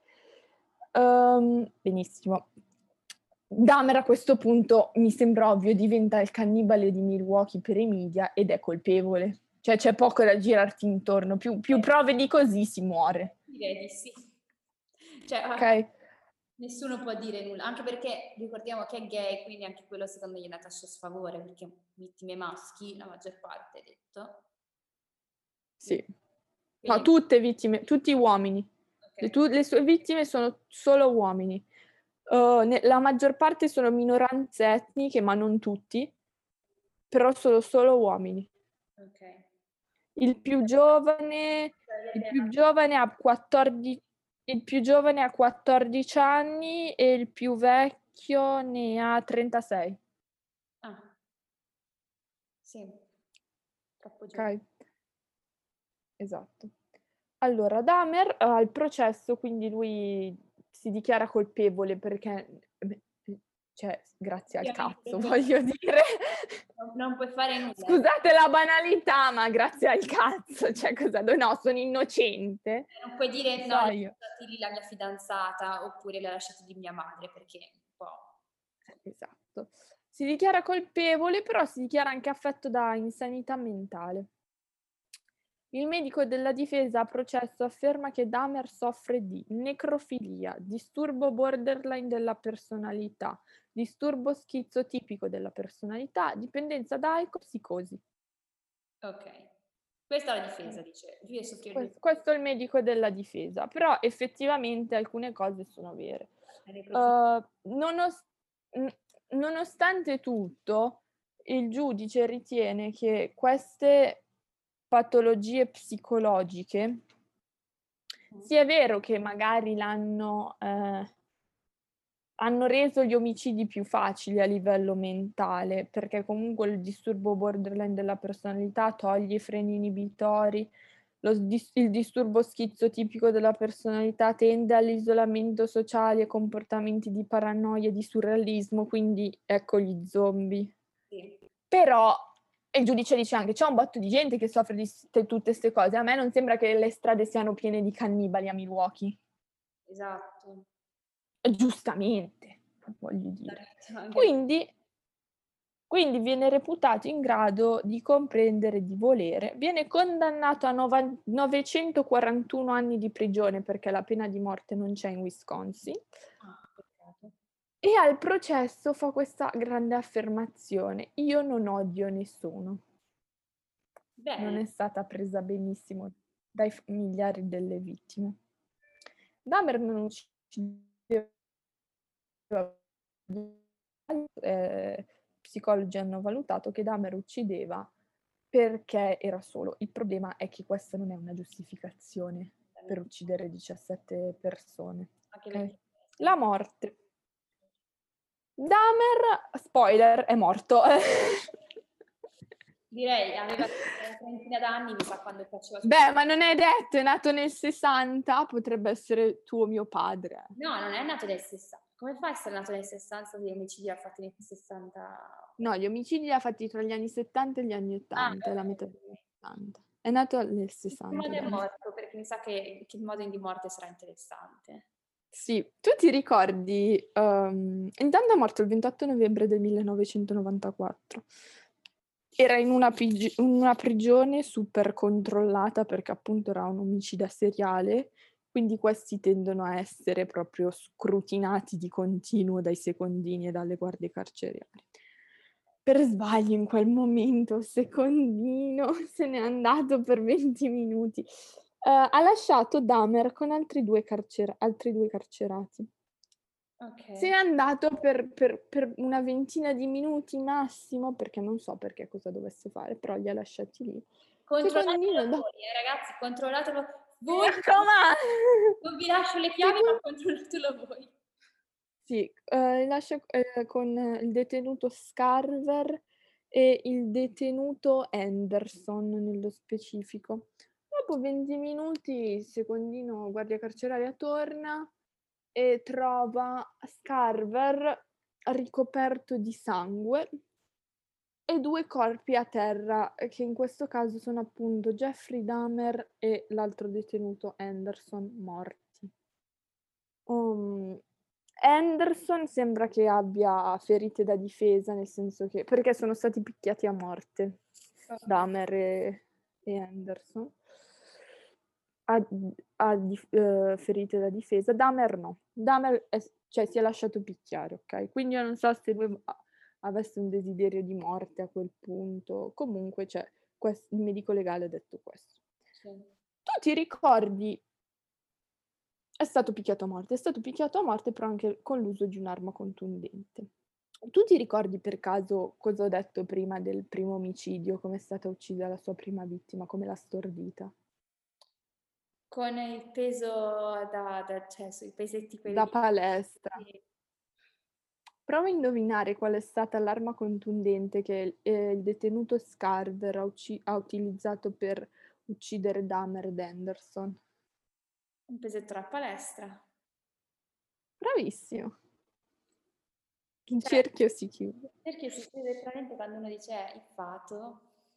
Uhm, benissimo. Dahmer a questo punto, mi sembra ovvio, diventa il cannibale di Milwaukee per i media ed è colpevole. Cioè c'è poco da girarti intorno, più più prove di così si muore. Direi di sì. Cioè, ah, Okay? nessuno può dire nulla, anche perché ricordiamo che è gay, quindi anche quello secondo me gli è andato a suo sfavore, perché vittime maschi, la maggior parte hai detto. Sì. No, Quindi tutte vittime, tutti uomini. Le okay, tu le sue vittime sono solo uomini. Uhm, ne la maggior parte sono minoranze etniche, ma non tutti, però sono solo uomini. okay. Il più giovane il più giovane ha quattordi il più giovane ha quattordici anni e il più vecchio ne ha trentasei, Ah, sì, troppo giovane. okay? Esatto. Allora Dahmer al processo, quindi lui si dichiara colpevole perché, beh, mhmm, cioè s grazie al Ovviamente cazzo non puoi voglio dire. non non puoi fare nulla. Scusate la banalità, ma grazie al cazzo, cioè cosa do no, sono innocente. Eh, non puoi dire: Che "No, so li ho io. lasciati lì la mia fidanzata", oppure "li ha lasciati lì mia madre", perché un po' Eh, esatto. Si dichiara colpevole, però si dichiara anche affetto da insanità mentale. Il medico della difesa a processo afferma che Dahmer soffre di necrofilia, disturbo borderline della personalità, disturbo schizotipico della personalità, dipendenza da alcol, psicosi. okay. Questa è la difesa, Okay. dice: "Lui soffriva di Ques questo è il medico della difesa, però effettivamente alcune cose sono vere. necrofilia". Uhm, nonos mhmm, nonostante tutto, il giudice ritiene che queste patologie psicologiche, sì è vero che magari l'hanno ehm, hanno reso gli omicidi più facili a livello mentale, perché comunque il disturbo borderline della personalità toglie i freni inibitori, lo dis il disturbo schizotipico della personalità tende all'isolamento sociale e comportamenti di paranoia e di surrealismo, quindi ecco gli zombie. Sì, Però e il giudice dice anche: "C'è un botto di gente che soffre di ste tutte 'ste cose. A me non sembra che le strade siano piene di cannibali a Milwaukee". esatto. E giustamente, voglio dire. Esatto, anche Quindi quindi viene reputato in grado di comprendere e di volere. Viene condannato a novan novecentoquarantuno anni di prigione, perché la pena di morte non c'è in Wisconsin, ah, peccato. e al processo fa questa grande affermazione: "Io non odio nessuno". Non Bene, è stata presa benissimo dai familiari delle vittime. Dahmer non uccideva ehm, psicologi hanno valutato che Dahmer uccideva perché era solo. Il problema è che questa non è una giustificazione per uccidere diciassette persone, anche okay? perché La morte. Dahmer, spoiler, è morto. direi aveva una trentina d'anni, mi sa, quando faceva su Beh, ma non è detto, è nato nel sessanta, potrebbe essere tuo mio padre. no, non è nato nel sessa come fa a essere nato nel sessanta se gli omicidi li ha fatti nel sessanta? No, gli omicidi li ha fatti tra gli anni 'settanta e gli anni Ah, 'ottanta, è la okay, metà degli okay. ottanta. È nato nel In che sessanta modo è Dahmer. morto? Perché mi sa che che il modo in di morte sarà interessante. Sì, tu ti ricordi, uhm, intanto è morto il ventotto novembre del millenovecentonovantaquattro. Era in una pigi una prigione super controllata perché appunto era un omicida seriale, quindi questi tendono a essere proprio scrutinati di continuo dai secondini e dalle guardie carcerarie. Per sbaglio in quel momento il secondino se n'è andato per venti minuti. Uhm, ha lasciato Dahmer con altri due carcera altri due carcerati. Se n'è Okay. andato per per per una ventina di minuti massimo, perché non so perché cosa dovesse fare, però li ha lasciati lì. Controllatelo Secondino do voi, eh, ragazzi, controllatelo Mi voi. raccomando. Non vi lascio le chiavi, Secon ma controllatelo voi. Sì, ehm, lascia ehm, con il detenuto Scarver e il detenuto Anderson nello specifico. Dopo venti minuti il secondino guardia carceraria torna e trova Scarver ricoperto di sangue e due corpi a terra, ehm, che in questo caso sono appunto Jeffrey Dahmer e l'altro detenuto Anderson morti. Uhm, Anderson sembra che abbia ferite da difesa, nel senso che perché sono stati picchiati a morte, Okay. Dahmer e e Anderson. Ha mhmm, ha dif uhm, ferite da difesa, Dahmer no. Dahmer è s cioè si è lasciato picchiare, okay, quindi io non so se lui a avesse un desiderio di morte a quel punto. Comunque, cioè, ques il medico legale ha detto questo. Sì. Tu ti ricordi è stato picchiato a morte, è stato picchiato a morte però anche con l'uso di un'arma contundente. Tu ti ricordi per caso cosa ho detto prima del primo omicidio, come è stata uccisa la sua prima vittima, come l'ha stordita? Con il peso da da cioè sui pesetti quelli Da lì. palestra. Sì. Prova a indovinare qual è stata l'arma contundente che, ehm, il detenuto Scarver ha ucci ha utilizzato per uccidere Dahmer ed Anderson. Un pesetto da palestra. Bravissimo. Il Cioè, cerchio si chiude. perché si chiude letteralmente quando uno dice: "Eh, il fato".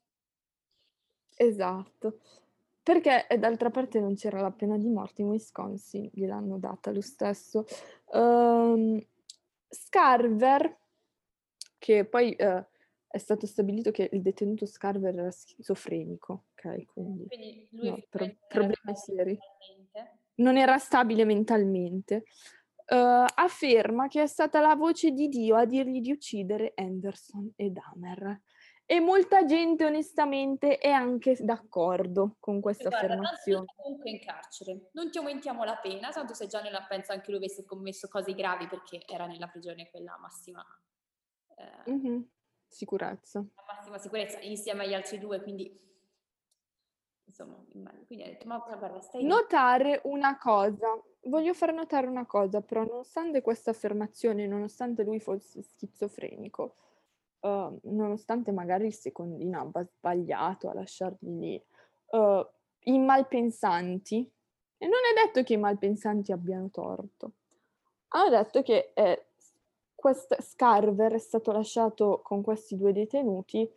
Esatto. Perché, ehm, d'altra parte non c'era la pena di morte in Wisconsin, gliel'hanno data lo stesso. Uhm, Scarver, che poi, uhm, è stato stabilito che il detenuto Scarver era schizofrenico, okay, quindi Quindi lui no, pro effettivamente non era problemi stabile seri. mentalmente. Non era stabile mentalmente. Uhm, afferma che è stata la voce di Dio a dirgli di uccidere Anderson e Dahmer. E molta gente onestamente è anche s d'accordo con E questa guarda, tanto lui affermazione. sta comunque in carcere. Non ti aumentiamo la pena, tanto se già nella penso anche lui avesse commesso cose gravi perché era nella prigione quella massima eh, mm-hmm. Sicurezza. la massima sicurezza insieme agli altri due, quindi insomma, quindi ho detto, ma guarda, stai lì. Notare una cosa, voglio far notare una cosa, però nonostante questa affermazione, nonostante lui fosse schizofrenico, uh, nonostante magari il secondino abbia sbagliato a lasciarli lì, uh, i malpensanti, e non è detto che i malpensanti abbiano torto, hanno detto che eh, quest- Scarver è stato lasciato con questi due detenuti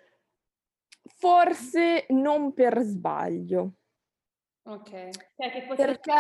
forse non per sbaglio. Ok, cioè che fosse Perché,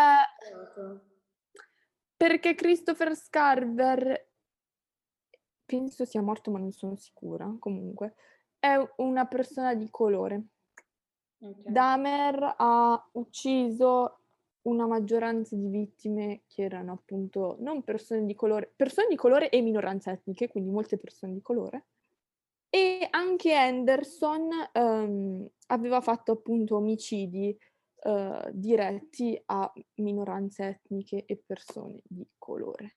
perché Christopher Scarver, penso sia morto ma non sono sicura, comunque, è una persona di colore. Okay. Dahmer ha ucciso una maggioranza di vittime che erano appunto non persone di colore, persone di colore e minoranze etniche, quindi molte persone di colore. E anche Anderson um, aveva fatto appunto omicidi uh, diretti a minoranze etniche e persone di colore.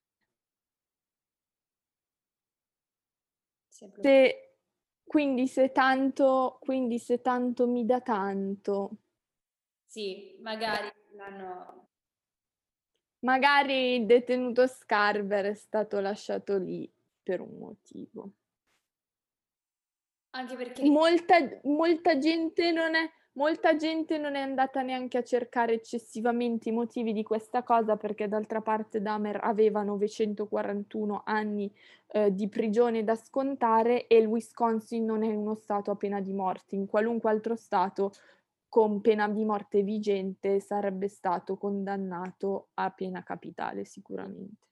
Se, quindi, se tanto, quindi se tanto mi dà tanto. Sì, magari l'hanno... Magari il detenuto Scarver è stato lasciato lì per un motivo. Anche perché... Molta, molta gente non è... Molta gente non è andata neanche a cercare eccessivamente i motivi di questa cosa, perché d'altra parte Dahmer aveva novecentoquarantuno anni eh, di prigione da scontare e il Wisconsin non è uno stato a pena di morte. In qualunque altro stato con pena di morte vigente sarebbe stato condannato a pena capitale sicuramente.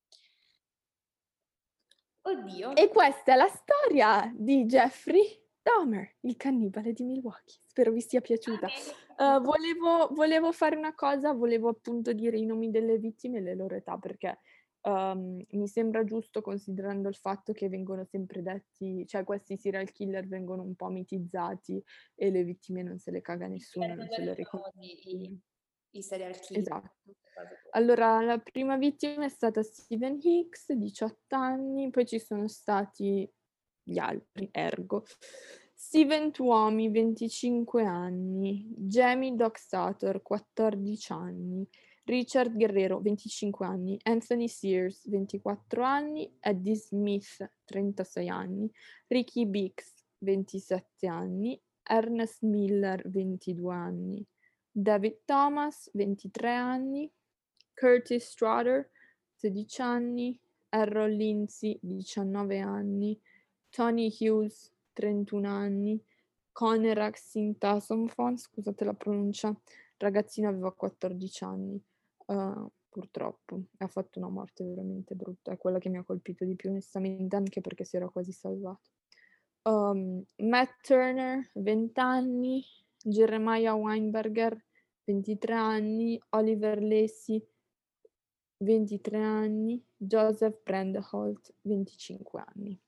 Oddio. E questa è la storia di Jeffrey Dahmer, il cannibale di Milwaukee. Spero vi sia piaciuta. Uh, volevo, volevo fare una cosa, volevo appunto dire i nomi delle vittime e le loro età, perché um, mi sembra giusto, considerando il fatto che vengono sempre detti, cioè questi serial killer vengono un po' mitizzati e le vittime non se le caga nessuno, non se le riconosce. I, i serial killer. Esatto. Allora, la prima vittima è stata Stephen Hicks, diciotto anni, poi ci sono stati gli altri, ergo. Steven Tuomi, venticinque anni, Jamie Doxator, quattordici anni, Richard Guerrero, venticinque anni, Anthony Sears, ventiquattro anni, Eddie Smith, trentasei anni, Ricky Bix, ventisette anni, Ernest Miller, ventidue anni, David Thomas, ventitré anni, Curtis Strutter, sedici anni, Errol Lindsay, diciannove anni, Tony Hughes, trentuno anni, Conor Xintasomphone, scusate la pronuncia, il ragazzino aveva quattordici anni, uh, purtroppo, ha fatto una morte veramente brutta, è quella che mi ha colpito di più onestamente, anche perché si era quasi salvato. Um, Matt Turner, venti anni, Jeremiah Weinberger, ventitré anni, Oliver Lacey, ventitré anni, Joseph Brandeholt, venticinque anni.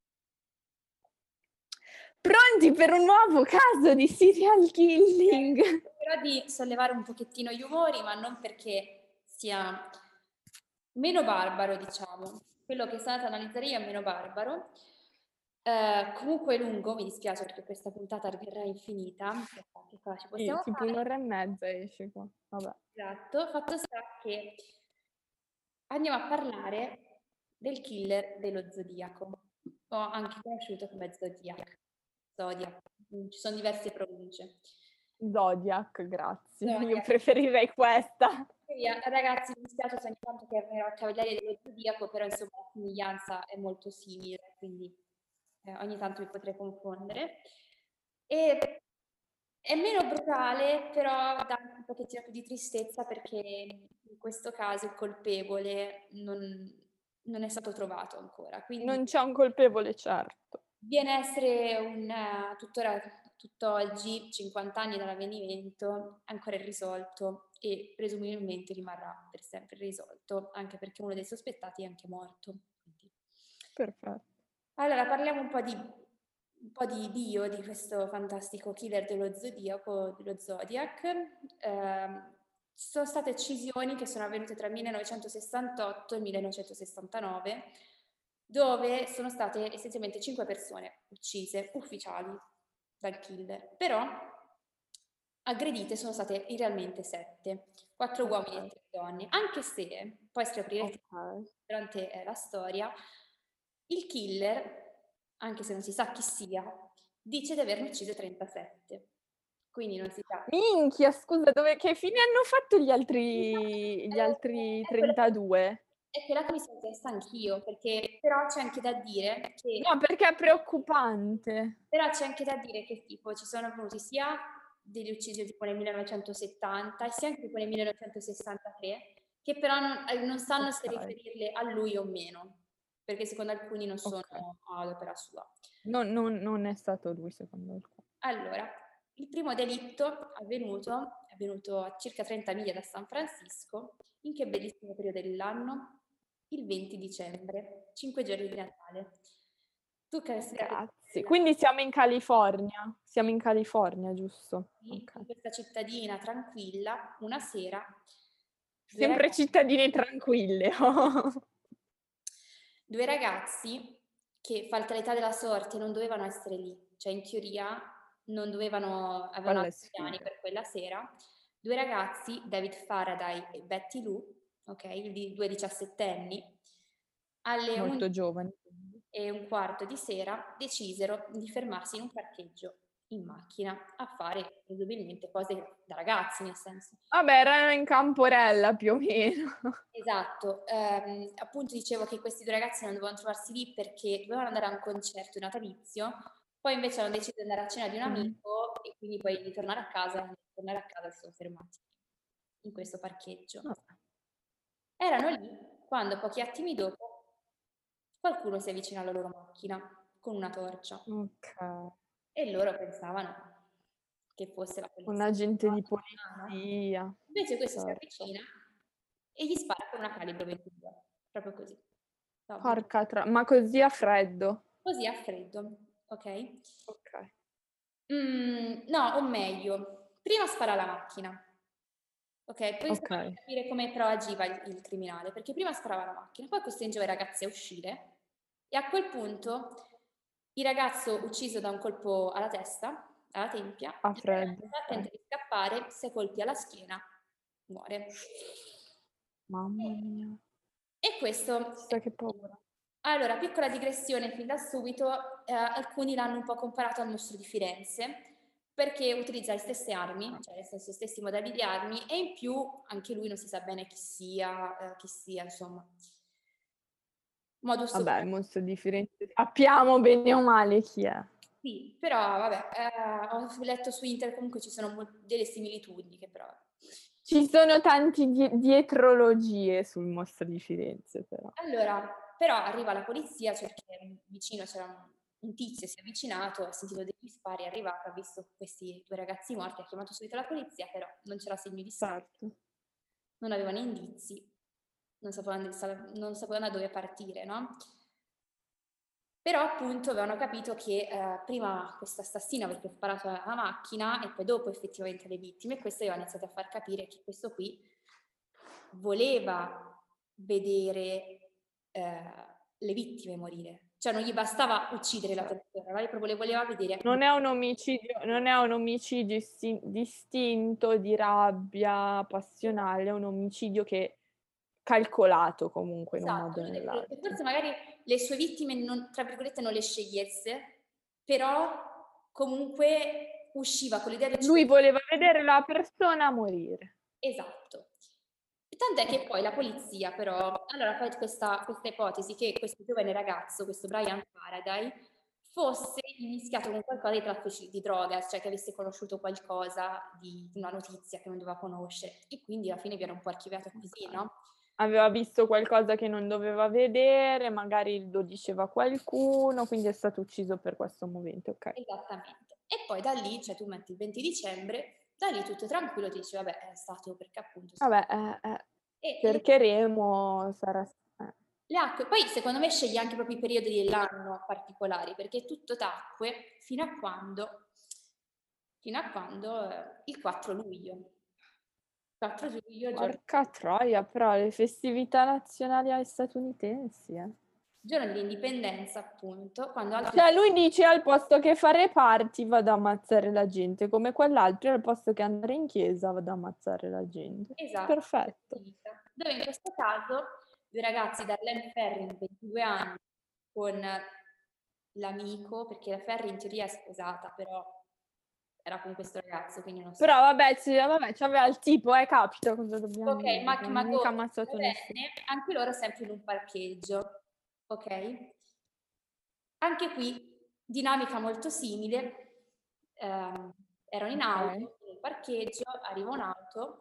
Pronti per un nuovo caso di serial killing? Cercherò di sollevare un pochettino gli umori, ma non perché sia meno barbaro, diciamo. Quello che sono andata ad analizzare io è meno barbaro. Eh, comunque è lungo, mi dispiace perché questa puntata verrà infinita. Che qua ci possiamo sì, tipo fare. un'ora e mezza esce qua. Vabbè. Esatto, fatto sta che andiamo a parlare del killer dello Zodiaco, o anche conosciuto come Zodiac. Zodiac, ci sono diverse pronunce. Zodiac, grazie. Zodiac. Io preferirei questa. Ragazzi, mi dispiace se ogni tanto chiamerò Cavaliere dello Zodiaco, però insomma la somiglianza è molto simile, quindi eh, ogni tanto mi potrei confondere. E è meno brutale, però dà un pochettino più di tristezza perché in questo caso il colpevole non, non è stato trovato ancora. Quindi non c'è un colpevole certo. viene a essere un, uh, tuttora, tutt'oggi, cinquanta anni dall'avvenimento, ancora irrisolto e presumibilmente rimarrà per sempre irrisolto, anche perché uno dei sospettati è anche morto. Quindi. Perfetto. Allora, parliamo un po' di, un po' di bio di questo fantastico killer dello zodiaco, dello Zodiac. Eh, ci sono state uccisioni che sono avvenute tra il millenovecentosessantotto e il millenovecentosessantanove, dove sono state essenzialmente cinque persone uccise, ufficiali, dal killer, però aggredite sono state realmente sette, quattro uomini e tre donne, anche se poi scoprirete Ok. durante eh, la storia, il killer, anche se non si sa chi sia, dice di averne uccise trentasette, quindi non si sa. Minchia, scusa, dove, che fine hanno fatto gli altri, gli Eh, altri è quella che, trentadue? è quella che mi sono chiesta anch'io, perché però c'è anche da dire che No, perché è preoccupante. Però c'è anche da dire che tipo ci sono avvenuti sia delle uccisioni tipo nel millenovecentosettanta e sia anche tipo nel millenovecentosessantatré, che però non, eh, non sanno se Ok, riferirle a lui o meno, perché secondo alcuni non sono ok. ad opera sua. Non, non- non è stato lui, secondo alcuni. Allora, il primo delitto avvenuto, è avvenuto a circa trenta miglia da San Francisco, in che bellissimo periodo dell'anno? Il venti dicembre, cinque giorni di Natale. Tu che sei Grazie. Quindi siamo in California. Siamo in California, giusto? qui, Ok. in questa cittadina tranquilla, una sera, due Sempre ragazzi, cittadine tranquille. due ragazzi che, fataltà della sorte, non dovevano essere lì, cioè in teoria non dovevano, avevano Quella è altri piani sfiga. per quella sera. Due ragazzi, David Faraday e Betty Lou, ok, di due diciassettenni, alle Molto undici giovani. e un quarto di sera decisero di fermarsi in un parcheggio in macchina a fare probabilmente cose da ragazzi, nel senso. Vabbè, erano in Camporella più o meno. Esatto, ehm, appunto dicevo che questi due ragazzi non dovevano trovarsi lì perché dovevano andare a un concerto natalizio, poi invece hanno deciso di andare a cena di un Mm. amico e quindi poi di tornare a casa, e tornare a casa si sono fermati in questo parcheggio. Vabbè. Erano lì quando pochi attimi dopo qualcuno si avvicina alla loro macchina con una torcia Ok. e loro pensavano che fosse la Un polizia. agente di No? polizia. Invece questo si Certo. avvicina e gli spara con una calibro ventidue, proprio così. No, butta- Porca tra... Ma così a freddo. così a freddo, ok? Ok. Mm, no, o meglio, prima spara alla macchina, ok? Poi Ok. stiamo a capire come però agiva il, il criminale, perché prima sparava alla macchina, poi costringeva i ragazzi a uscire e a quel punto il ragazzo ucciso da un colpo alla testa, alla tempia, A il freddo. ragazzo Ok. tenta di scappare, sei colpi alla schiena, muore. Mamma mia. E questo, Chissà che paura. allora, piccola digressione fin da subito, eh, alcuni l'hanno un po' comparato al mostro di Firenze, perché utilizza le stesse armi, cioè nel senso, gli stessi modelli di armi, e in più anche lui non si sa bene chi sia, eh, chi sia, insomma. Modus Vabbè, il operandi. mostro di Firenze. Sappiamo bene o male chi è. Sì, però vabbè, eh, ho letto su internet comunque ci sono mol- delle similitudini che però... Ci sono tanti die- dietrologie sul mostro di Firenze, però. Allora, però arriva la polizia, cioè perché vicino c'era un, un tizio, si è avvicinato, ha sentito degli spari, è arrivato, ha visto questi due ragazzi morti, ha chiamato subito la polizia, però non c'era segno di sangue, Certo. non avevano indizi, non sapevano, non sapevano da dove partire, no? Però appunto avevano capito che eh, prima questo assassino aveva sparato alla macchina e poi dopo effettivamente le vittime e questo aveva iniziato a far capire che questo qui voleva vedere eh, le vittime morire. Cioè non gli bastava uccidere la Certo. persona, ma proprio le voleva vedere. Non è un omicidio, non è un omicidio isti- distinto di rabbia passionale, è un omicidio che calcolato comunque in un modo Esatto, o lui deve- nell'altro. forse magari le sue vittime, non, tra virgolette, non le scegliesse, però comunque usciva con l'idea di Lui uccidere. voleva vedere la persona morire. Esatto. Tant'è che Ok. poi la polizia però, allora fa questa, questa ipotesi che questo giovane ragazzo, questo Brian Faraday, fosse mischiato con qualcosa di traffici di droga, cioè che avesse conosciuto qualcosa di una notizia che non doveva conoscere e quindi alla fine viene un po' archiviato così, Ok. no? Aveva visto qualcosa che non doveva vedere, magari lo diceva qualcuno, quindi è stato ucciso per questo momento, ok. Esattamente. E poi da lì, cioè tu metti il venti dicembre, da lì tutto tranquillo, ti dici vabbè è stato perché appunto... Vabbè, eh, eh, E le cercheremo, sarà... eh. Le acque, poi secondo me sceglie anche proprio i periodi dell'anno particolari, perché tutto tacque fino a quando, fino a quando eh, il quattro luglio. quattro luglio, giorno Porca troia, però le festività nazionali statunitensi, eh. giorno dell'indipendenza, appunto, quando altri... Cioè lui dice al posto che fare party vado a ammazzare la gente, come quell'altro al posto che andare in chiesa vado a ammazzare la gente. Esatto, Perfetto. dove in questo caso due ragazzi, Darlene Ferrin, ventidue anni, con l'amico, perché la Ferrin in teoria è sposata, però era con questo ragazzo, quindi non so. Però vabbè, sì, vabbè, c'aveva il tipo, eh, capita cosa dobbiamo Ok, dire, Mike non ha mica Magone, ammazzato nessuno. bene, anche loro sempre in un parcheggio, ok? Anche qui dinamica molto simile, ehm, erano in Ok. auto, in un parcheggio, arriva un'auto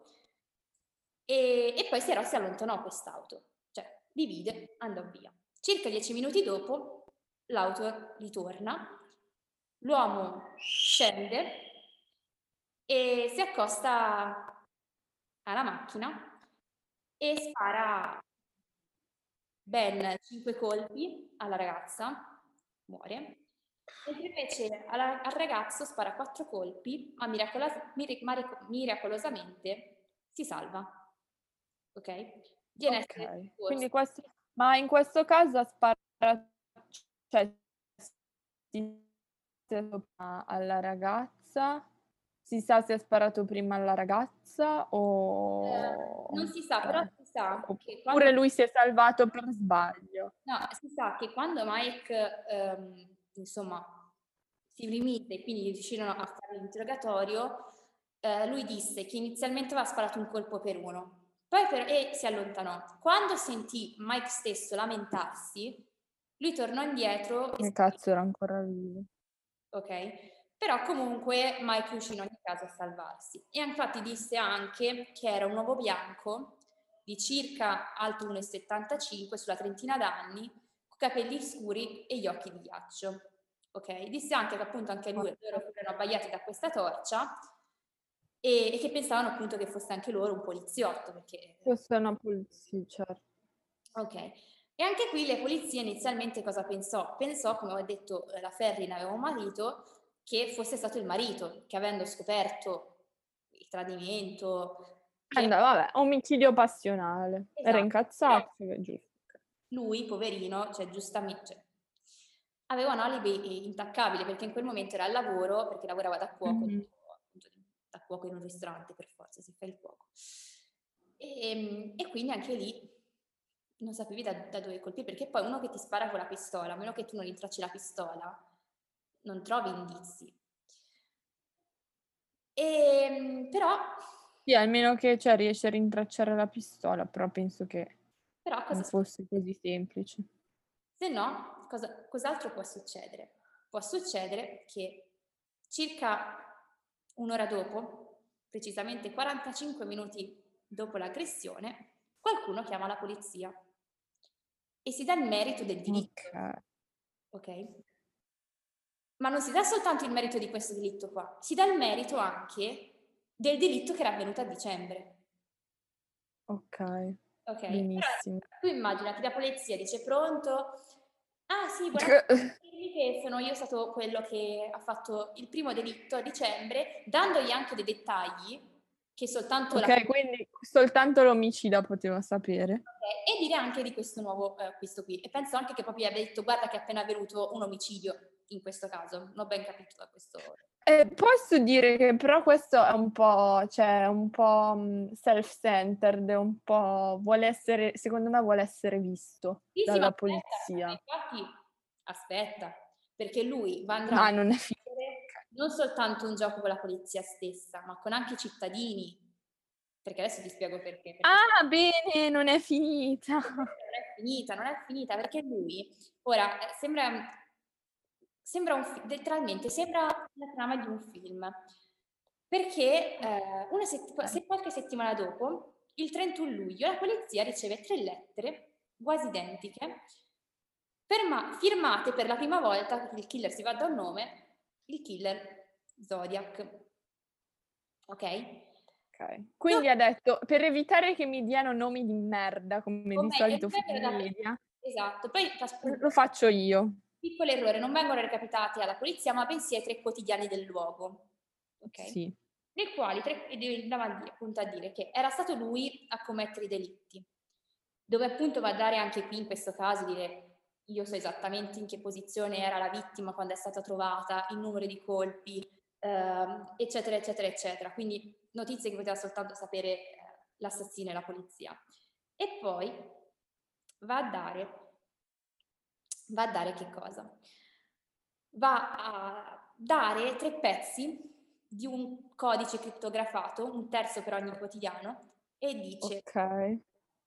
e, e poi si, si allontanò quest'auto, cioè divide, andò via. Circa dieci minuti dopo l'auto ritorna, l'uomo scende e si accosta alla macchina e spara ben cinque colpi alla ragazza, muore, mentre invece alla- al ragazzo spara quattro colpi, ma miracolos- miri- marico- miracolosamente si salva. Ok? Viene a essere Ok, soccorso. quindi questo, ma in questo caso ha sparato, cioè, si- alla ragazza, si sa se ha sparato prima alla ragazza Eh, o... non si sa, però cioè, si sa che quando... oppure lui si è salvato per sbaglio. No, si sa che quando Mike, ehm, insomma, si rimise e quindi riuscirono a fare l'interrogatorio, eh, lui disse che inizialmente aveva sparato un colpo per uno, poi per- e si allontanò. Quando sentì Mike stesso lamentarsi, lui tornò indietro e Che sparò. cazzo era ancora vivo. Ok? Però comunque Mike riuscì in ogni caso a salvarsi. E infatti disse anche che era un uomo bianco di circa alto uno virgola settantacinque, sulla trentina d'anni, con capelli scuri e gli occhi di ghiaccio. Ok? Disse anche che appunto anche lui, loro furono abbagliati da questa torcia e, e che pensavano appunto che fosse anche loro un poliziotto, perché... Questa è una polizia, certo. Ok. E anche qui le polizie inizialmente cosa pensò? Pensò, come ho detto, eh, la Ferrin aveva un marito, che fosse stato il marito, che avendo scoperto il tradimento, che Andava, vabbè, omicidio passionale. Era esatto, però incazzato, è giusto. lui, poverino, cioè giustamente, cioè, aveva un alibi intaccabile perché in quel momento era al lavoro, perché lavorava da cuoco, Mhm. appunto, da cuoco in un ristorante, per forza, si fa il cuoco. E, e quindi anche lì non sapevi da, da dove colpire, perché poi uno che ti spara con la pistola, a meno che tu non rintracci la pistola, non trovi indizi. E, però, Sì, almeno che cioè, riesce a rintracciare la pistola, però penso che però cosa non succede? fosse così semplice. Se no, cosa, cos'altro può succedere? Può succedere che circa un'ora dopo, precisamente quarantacinque minuti dopo l'aggressione, qualcuno chiama la polizia e si dà il merito del delitto, Ok. ok? Ma non si dà soltanto il merito di questo delitto qua, si dà il merito anche del delitto che era avvenuto a dicembre. Ok, Ok, però benissimo. tu immaginati, la polizia dice pronto? Ah sì, buonasera, dimmi che sono io stato quello che ha fatto il primo delitto a dicembre, dandogli anche dei dettagli che soltanto la... Ok, quindi soltanto l'omicida poteva sapere. Ok, e dire anche di questo nuovo eh, acquisto qui. E penso anche che proprio abbia detto guarda che è appena avvenuto un omicidio in questo caso, non ho ben capito da questo... Eh, posso dire che però questo è un po', cioè, un po' mh, self-centered, è un po' vuole essere, secondo me vuole essere visto Sì, sì, ma dalla aspetta, ma polizia. infatti aspetta, perché lui va andrà a Ma non è finito. fare non soltanto un gioco con la polizia stessa, ma con anche i cittadini. Perché adesso ti spiego perché. Perché Ah, bene, non è finita. non è finita, non è finita, perché lui, ora, eh, sembra, sembra un fi- letteralmente, sembra la trama di un film. Perché eh, una sett- se qualche settimana dopo, il trentuno luglio, la polizia riceve tre lettere, quasi identiche, ferma- firmate per la prima volta, perché il killer si va da un nome, il killer Zodiac. Ok? Ok. Dove, Quindi ha detto, per evitare che mi diano nomi di merda, come di come, che solito non fanno vengono i da... media, Esatto, poi fa lo spunto. faccio io. Piccolo errore, non vengono recapitati alla polizia, ma bensì ai tre quotidiani del luogo, ok? Sì. Nei quali tre, andava appunto a dire che era stato lui a commettere i delitti, dove appunto va a dare anche qui in questo caso dire io so esattamente in che posizione era la vittima quando è stata trovata, il numero di colpi, ehm, eccetera, eccetera, eccetera. Quindi notizie che poteva soltanto sapere eh, l'assassino e la polizia. E poi va a dare, va a dare che cosa? Va a dare tre pezzi di un codice crittografato, un terzo per ogni quotidiano, e dice: Ok.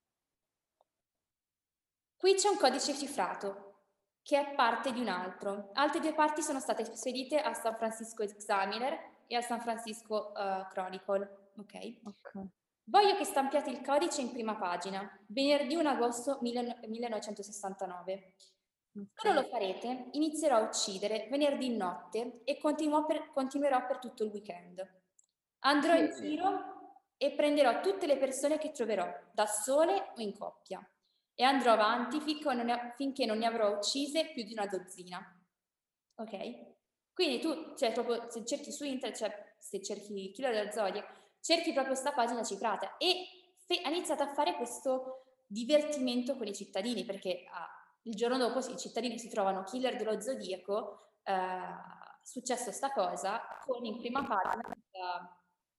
qui c'è un codice cifrato che è parte di un altro. Altre due parti sono state spedite al San Francisco Examiner e al San Francisco uh, Chronicle. Ok? Ok. Voglio che stampiate il codice in prima pagina, venerdì primo agosto millenovecentosessantanove. Solo Ok. lo farete, inizierò a uccidere venerdì notte e per, continuerò per tutto il weekend. Andrò in giro e prenderò tutte le persone che troverò, da sole o in coppia, e andrò avanti finché non ne, finché non ne avrò uccise più di una dozzina. Ok? Quindi tu, cioè, proprio, se cerchi su internet, cioè, se cerchi Killer del Zodiac, cerchi proprio questa pagina cifrata e fe- ha iniziato a fare questo divertimento con i cittadini, perché ah, il giorno dopo i cittadini si trovano Killer dello Zodiaco, eh, successo sta cosa, con in prima pagina questa-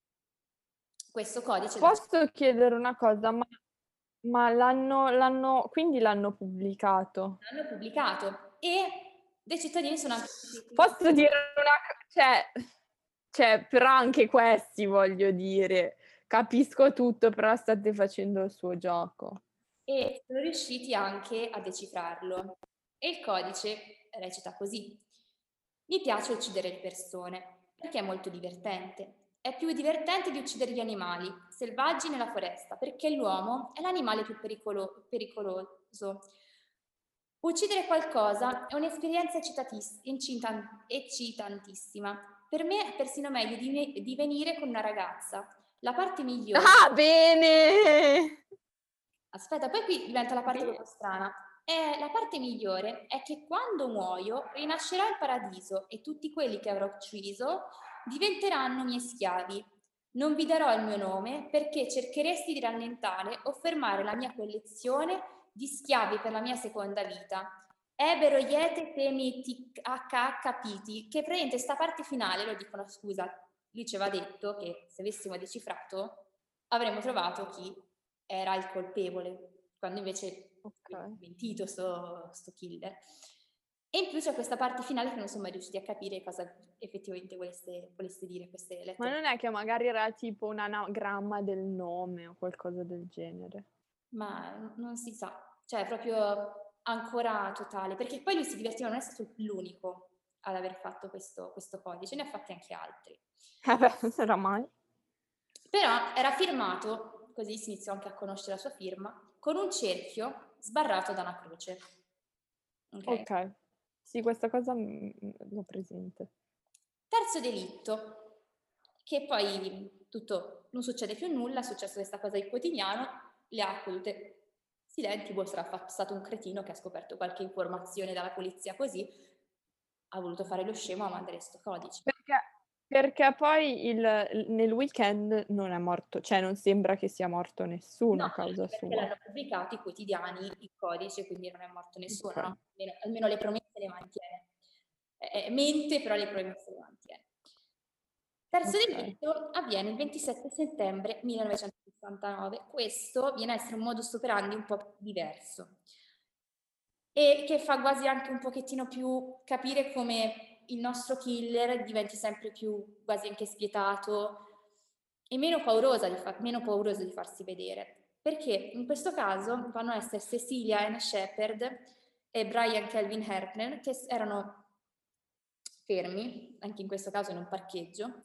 questo codice da Posso chiedere una cosa, ma, ma l'hanno, l'hanno, quindi l'hanno pubblicato? hanno pubblicato e dei cittadini sono anche... Posso dire una cosa? Cioè, cioè, però anche questi, voglio dire, capisco tutto, però state facendo il suo gioco. E sono riusciti anche a decifrarlo. E il codice recita così: mi piace uccidere le persone perché è molto divertente. È più divertente di uccidere gli animali selvaggi nella foresta, perché l'uomo è l'animale più pericolo- pericoloso. Uccidere qualcosa è un'esperienza eccitatis- incitan- eccitantissima. Per me è persino meglio di, di venire con una ragazza. La parte migliore... Ah, bene! Aspetta, poi qui diventa la parte proprio strana. Eh, la parte migliore è che quando muoio rinascerò in paradiso e tutti quelli che avrò ucciso diventeranno miei schiavi. Non vi darò il mio nome perché cercheresti di rallentare o fermare la mia collezione di schiavi per la mia seconda vita. Ebero iete temi h capiti, che praticamente sta parte finale, lo dicono, scusa, lui ci aveva detto che se avessimo decifrato avremmo trovato chi era il colpevole, quando invece Ok. è mentito sto, sto killer. E in più c'è questa parte finale che non sono mai riusciti a capire cosa effettivamente volesse, volesse dire queste Ma lettere. non è che magari era tipo un anagramma del nome o qualcosa del genere? Ma non si sa, cioè è proprio ancora totale, perché poi lui si divertiva, non è stato l'unico ad aver fatto questo, questo codice, ne ha fatti anche altri. Eh beh, non sarà mai. Però era firmato, così si iniziò anche a conoscere la sua firma, con un cerchio sbarrato da una croce. Ok? Ok. Sì, questa cosa m- m- l'ho presente. Terzo delitto, che poi tutto, non succede più nulla, è successo questa cosa di quotidiano, le acque tutte silenti, boh, sarà fatto, stato un cretino che ha scoperto qualche informazione dalla polizia così, ha voluto fare lo scemo a mandare sto codice. Perché, perché poi il, nel weekend non è morto, cioè non sembra che sia morto nessuno No, a causa perché sua. l'hanno pubblicato i quotidiani, il codice, quindi non è morto nessuno, Ok. no? Almeno, almeno le promesse le mantiene. Eh, mente, però le promesse le mantiene. Terzo Ok. delitto avviene il ventisette settembre millenovecentosessantanove. Questo viene a essere un modus operandi un po' diverso e che fa quasi anche un pochettino più capire come il nostro killer diventi sempre più quasi anche spietato e meno paurosa di fa- meno pauroso di farsi vedere. Perché in questo caso vanno a essere Cecilia Ann Shepard e Brian Kelvin Hertner, che erano fermi, anche in questo caso in un parcheggio,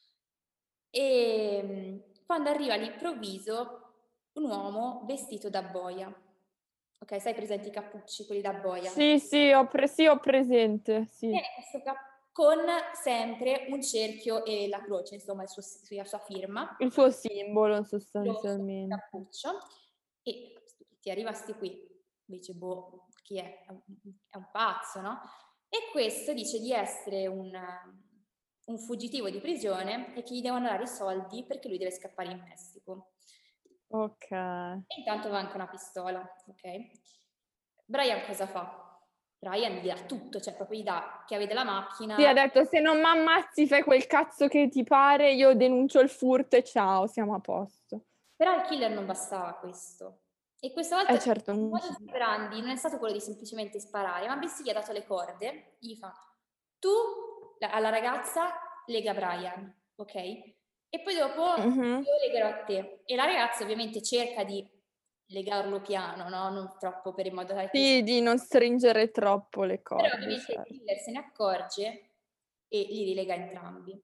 e mh, quando arriva all'improvviso un uomo vestito da boia. Ok, sai presenti i cappucci, quelli da boia? Sì, sì, ho, pre- sì, ho presente, sì. E questo cap- con sempre un cerchio e la croce, insomma, il suo- la sua firma, Il suo simbolo rosso sostanzialmente. cappuccio, e ti arrivasti qui, dice, boh, chi è? È un, è un pazzo, no? E questo dice di essere un, un fuggitivo di prigione e che gli devono dare i soldi perché lui deve scappare in Messico. Ok. E intanto va anche una pistola, ok? Brian cosa fa? Brian gli dà tutto, cioè proprio gli dà chiave della macchina. Sì, ha detto se non m'ammazzi fai quel cazzo che ti pare, io denuncio il furto e ciao, siamo a posto. Però al killer non bastava questo. E questa volta Eh certo, il non modo ci- operandi non è stato quello di semplicemente sparare, ma bensì gli ha dato le corde, gli fa, tu la- alla ragazza lega Brian, ok? E poi dopo Mhm. io legherò a te. E la ragazza ovviamente cerca di legarlo piano, no? Non troppo per in modo tale che... Sì, di non stringere troppo le Però corde, ovviamente il certo. killer se ne accorge e li rilega entrambi.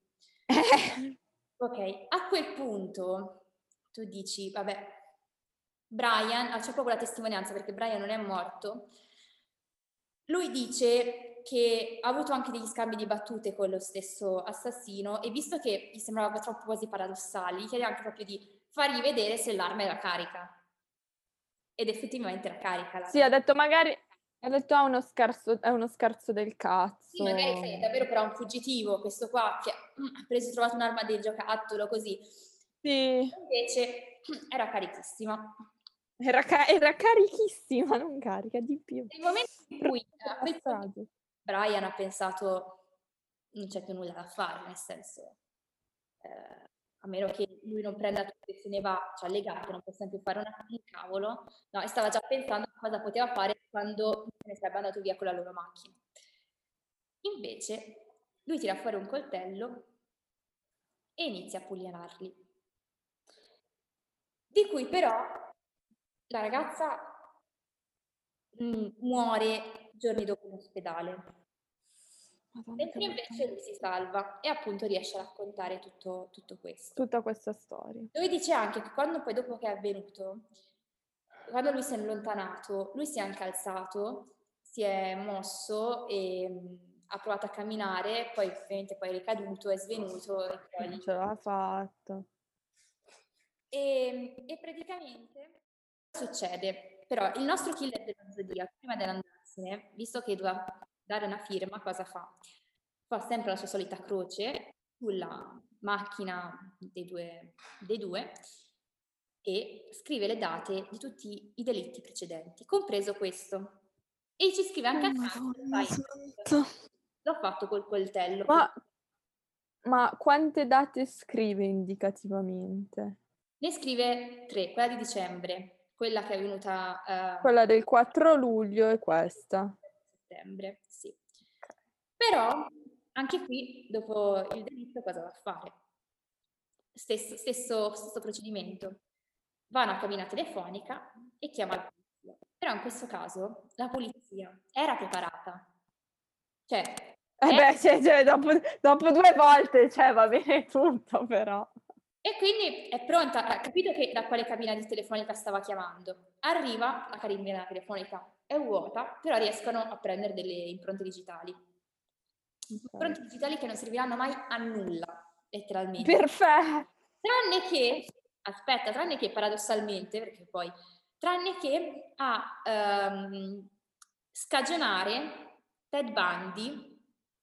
Ok, a quel punto tu dici, vabbè, Brian, ah, c'è proprio la testimonianza perché Brian non è morto. Lui dice che ha avuto anche degli scambi di battute con lo stesso assassino e visto che gli sembrava troppo quasi paradossali, gli chiede anche proprio di fargli vedere se l'arma era carica. Ed effettivamente era carica l'arma. Sì, ha detto magari, ha detto ah, uno scarso, è uno scarso del Sì, magari cazzo. sei davvero però un fuggitivo, questo qua che mm, ha preso e trovato un'arma del giocattolo così. Sì, Invece era carichissima. era, ca- era carichissima, non carica di più. Nel momento in cui Pronta a per la quel punto strage. Brian ha pensato non c'è più nulla da fare, nel senso, eh, a meno che lui non prenda tutto e se ne va, cioè legato, non possiamo più fare una, un cavolo, no, e stava già pensando a cosa poteva fare quando se ne sarebbe andato via con la loro macchina. Invece lui tira fuori un coltello e inizia a pugnalarli. Di cui però la ragazza mh, muore giorni dopo in ospedale. Madonna, che Mentre invece lui brutta. si salva e appunto riesce a raccontare tutto, tutto questo. Tutta questa storia. Lui dice anche che quando poi dopo che è avvenuto, quando lui si è allontanato, lui si è anche alzato, si è mosso e mh, ha provato a camminare, poi ovviamente poi è ricaduto, è svenuto e poi... Non ce l'ha fatta. E, e praticamente succede, però il nostro killer dello Zodiaco, prima di andarsene, visto che doveva dare una firma, cosa fa? Fa sempre la sua solita croce sulla macchina dei due, dei due e scrive le date di tutti i delitti precedenti, compreso questo. E ci scrive anche Oh, accanto, Madonna sai, santa. l'ho fatto col coltello. Ma, ma quante date scrive indicativamente? Ne scrive tre, quella di dicembre, quella che è venuta eh, Quella del quattro luglio e questa. settembre, sì. Però anche qui, dopo il delitto, cosa va a fare? Stesso, stesso, stesso procedimento. Va a una cabina telefonica e chiama la polizia. Però in questo caso la polizia era preparata. Cioè, Eh è- beh, cioè, cioè, dopo, dopo due volte, cioè, va bene tutto, però. e quindi è pronta, ha capito che da quale cabina di telefonica stava chiamando. Arriva, la cabina telefonica è vuota, però riescono a prendere delle impronte digitali. Ok. Impronte digitali che non serviranno mai a nulla, letteralmente. Perfetto. Tranne che, aspetta, tranne che paradossalmente, perché poi, tranne che a ehm, scagionare Ted Bundy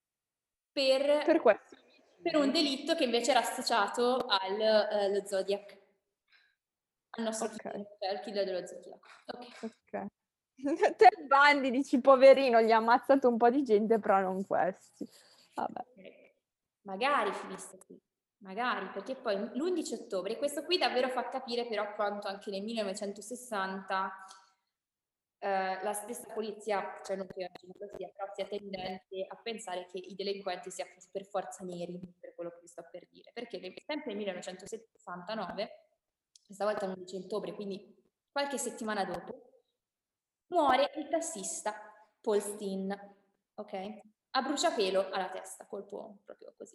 per, Per questo. per un delitto che invece era associato allo eh, Zodiac, al nostro Ok, killer, cioè al killer dello Zodiac. Ok. ok. Ted Bundy dici, poverino, gli ha ammazzato un po' di gente, però non questi. Vabbè. Ok. Magari finisse qui, magari, perché poi l'undici ottobre, questo qui davvero fa capire però quanto anche nel millenovecentosessanta eh, la stessa polizia, cioè non che oggi non lo sia, però sia tendente a pensare che i delinquenti siano per forza neri, per quello che vi sto per dire, perché nel- sempre nel millenovecentosessantanove, questa volta l'undici ottobre, quindi qualche settimana dopo, muore il tassista Paul Steen, ok? A bruciapelo alla testa, colpo proprio così.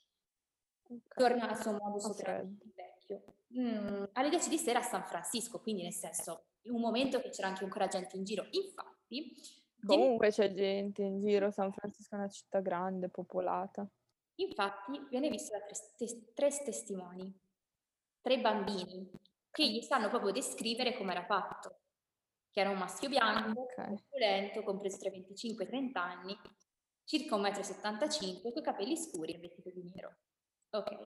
Ok. Torna al suo modus A operandi freddo. vecchio. Mm, alle dieci di sera a San Francisco, quindi nel senso, in un momento che c'era anche ancora gente in giro. Infatti, Jimmy- Comunque c'è gente in giro, San Francisco è una città grande, popolata. infatti viene visto da tre, tes- tre testimoni, tre bambini, che gli sanno proprio descrivere come era fatto. Che era un maschio bianco, Ok. corpulento, compreso tra i venticinque e i trenta anni, circa un metro e settantacinque, con i capelli scuri e vestito di nero. Ok.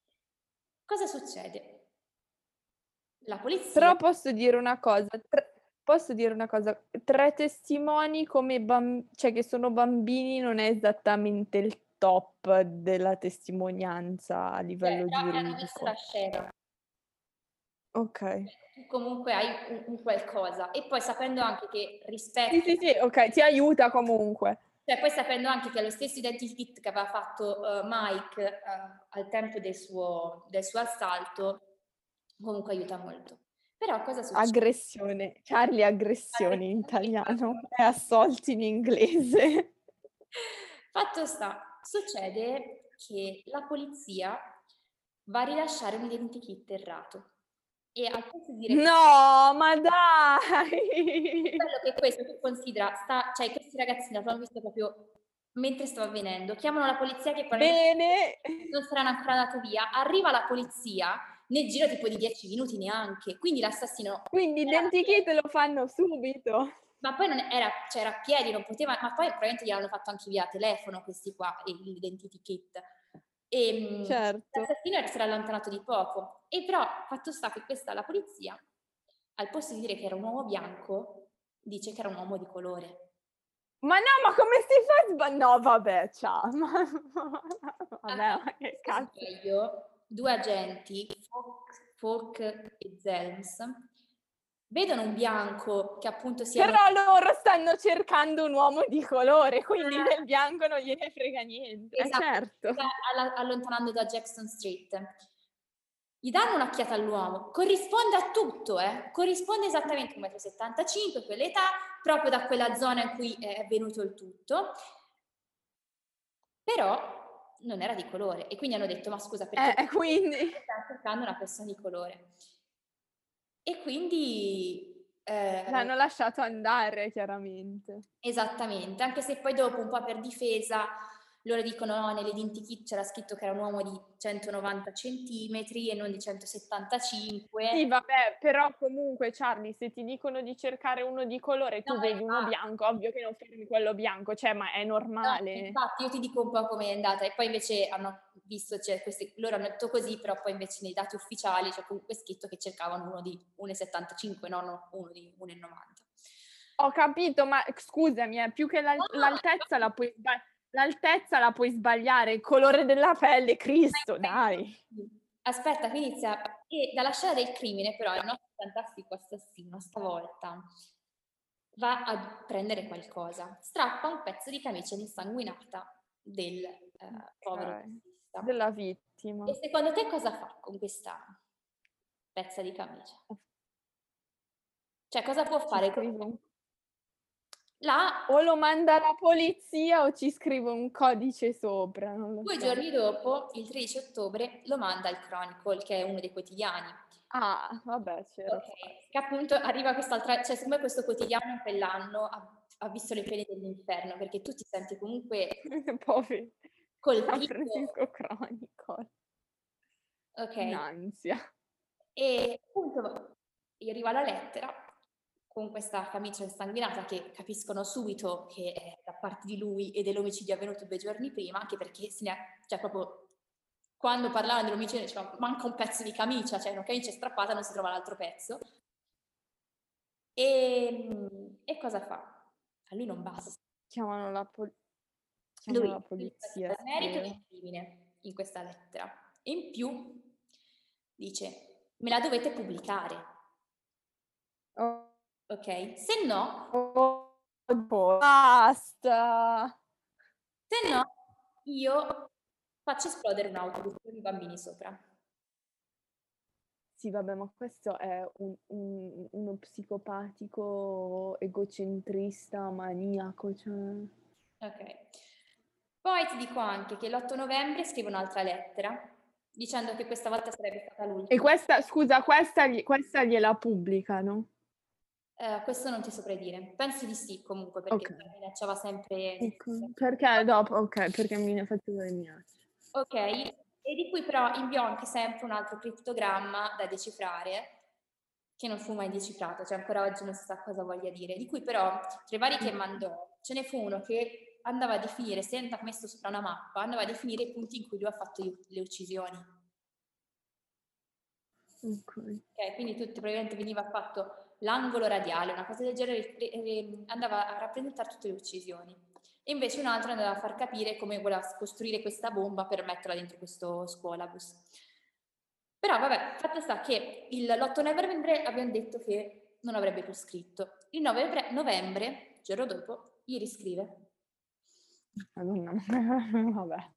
Cosa succede? La polizia... Però posso dire una cosa, tre, Posso dire una cosa? Tre testimoni come bam cioè che sono bambini non è esattamente il top della testimonianza a Cioè, livello però ti hanno messo la giuridico. scena. Okay. Tu comunque hai un un qualcosa. E poi sapendo anche che Sì, rispetto sì, sì, okay, ti aiuta comunque. cioè poi sapendo anche che lo stesso identikit che aveva fatto, uhm, Mike, uhm, al tempo del suo del suo assalto, comunque aiuta molto. Però cosa succe Aggressione. Charlie aggressione in italiano e assolti in inglese. Fatto sta, succede che la polizia va a rilasciare un identikit errato e al posto di dire che No, ma dai! bello che questo tu considera sta cioè questi ragazzini l'avevano visto proprio mentre stava avvenendo, chiamano la polizia che probabilmente Bene. non saranno ancora andate via, arriva la polizia nel giro tipo di dieci minuti neanche, quindi l'assassino Quindi era a identikit piedi. lo fanno subito. Ma poi non era cioè era a piedi, non poteva ma poi probabilmente gliel'hanno fatto anche via telefono questi qua, il l'identity kit. Ehm, Certo. l'assassino era si era allontanato di poco e però fatto sta che questa la polizia, al posto di dire che era un uomo bianco, dice che era un uomo di colore. Ma no, ma come si fa a sba no vabbè, ciao, ma A vabbè, ma che questo cazzo. risveglio, due agenti, Falk Falk e Zelms, vedono un bianco che appunto si è allo Però loro stanno cercando un uomo di colore, quindi del bianco non gliene frega niente. Eh esatto, certo. sta alla allontanando da Jackson Street. Gli danno un'occhiata all'uomo, corrisponde a tutto, eh, corrisponde esattamente un metro e settantacinque, quell'età, proprio da quella zona in cui è avvenuto il tutto, però non era di colore e quindi hanno detto: "Ma scusa Eh, perché e quindi stiamo cercando una persona di colore?" E quindi, ehm l'hanno lasciato andare chiaramente. esattamente, anche se poi dopo un po' per difesa loro dicono: "No, nell'identikit c'era scritto che era un uomo di centonovanta centimetri e non di Sì, centosettantacinque". vabbè, però comunque Charlie, se ti dicono di cercare uno di colore e No, tu ma vedi uno infatti. bianco, ovvio che non fermi quello bianco, cioè ma è No, normale. infatti io ti dico un po' com'è andata e poi invece hanno visto, cioè questi loro hanno detto così, però poi invece nei dati ufficiali c'è comunque scritto che cercavano uno di uno e settantacinque, non uno di uno e novanta. Ho capito, ma scusami, eh, più che No, l'al ma l'altezza la infatti puoi sba l'altezza la puoi sbagliare, il colore della pelle, Cristo, ma dai. infatti aspetta, quindi inizia e dalla scena del crimine però il nostro fantastico assassino stavolta va a prendere qualcosa, strappa un pezzo di camicia insanguinata del, ehm, povero Okay, tassista. della vittima. E secondo te cosa fa con questa pezza di camicia? Cioè cosa può Ci fare? scrive un Là, o lo manda alla polizia o ci scrive un codice sopra, non lo due so. giorni dopo, il tredici ottobre, lo manda al Chronicle, che è uno dei quotidiani. Ah, vabbè c'era Okay, che spazio. appunto arriva quest'altra cioè secondo me questo quotidiano in quell'anno ha ha visto le pene dell'inferno, perché tu ti senti comunque Poveri San colpito, Francisco Chronicle, okay, un'ansia. e appunto gli arriva la lettera con questa camicia insanguinata che capiscono subito che è da parte di lui e dell'omicidio avvenuto due giorni prima, anche perché se ne è cioè proprio quando parlavano dell'omicidio dicevano: "Manca un pezzo di camicia", cioè una camicia è strappata, non si trova l'altro pezzo. Ehm, e cosa fa? A lui non basta. Chiamano la pol chiamano Lui la inizia a polizia, dare il merito spero. del crimine in questa lettera e in più dice: "Me la dovete pubblicare, Oh, okay? Se no oh, basta. se no io faccio esplodere un autobus con i bambini sopra". Sì, vabbè, ma questo è un un uno psicopatico egocentrista, maniaco, cioè Okay. Poi ti dico anche che l'otto novembre scrive un'altra lettera dicendo che questa volta sarebbe stata e l'ultima. questa scusa, questa gli questa gliela pubblicano? Ehm, questo non ti saprei dire. Penso di sì comunque perché Okay, minacciava sempre di okay. Perché dopo okay, perché mi faceva le minacce. okay, e di cui però inviò anche sempre un altro crittogramma da decifrare, che non fu mai decifrato, cioè ancora oggi non si sa cosa voglia dire, di cui però tra i vari che Okay, mandò, ce ne fu uno che andava a definire, essendo messo sopra una mappa, andava a definire i punti in cui lui ha fatto i le uccisioni. okay. Okay, quindi tutti praticamente veniva fatto l'angolo radiale, una cosa del genere, re- re- andava a rappresentare tutte le uccisioni. E invece un altro andava a far capire come voleva costruire questa bomba per metterla dentro questo scuolabus. Però vabbè, fatto sta che l'otto novembre abbiamo detto che non avrebbe più scritto. Il nove novembre, il giorno dopo, gli riscrive. Madonna, vabbè.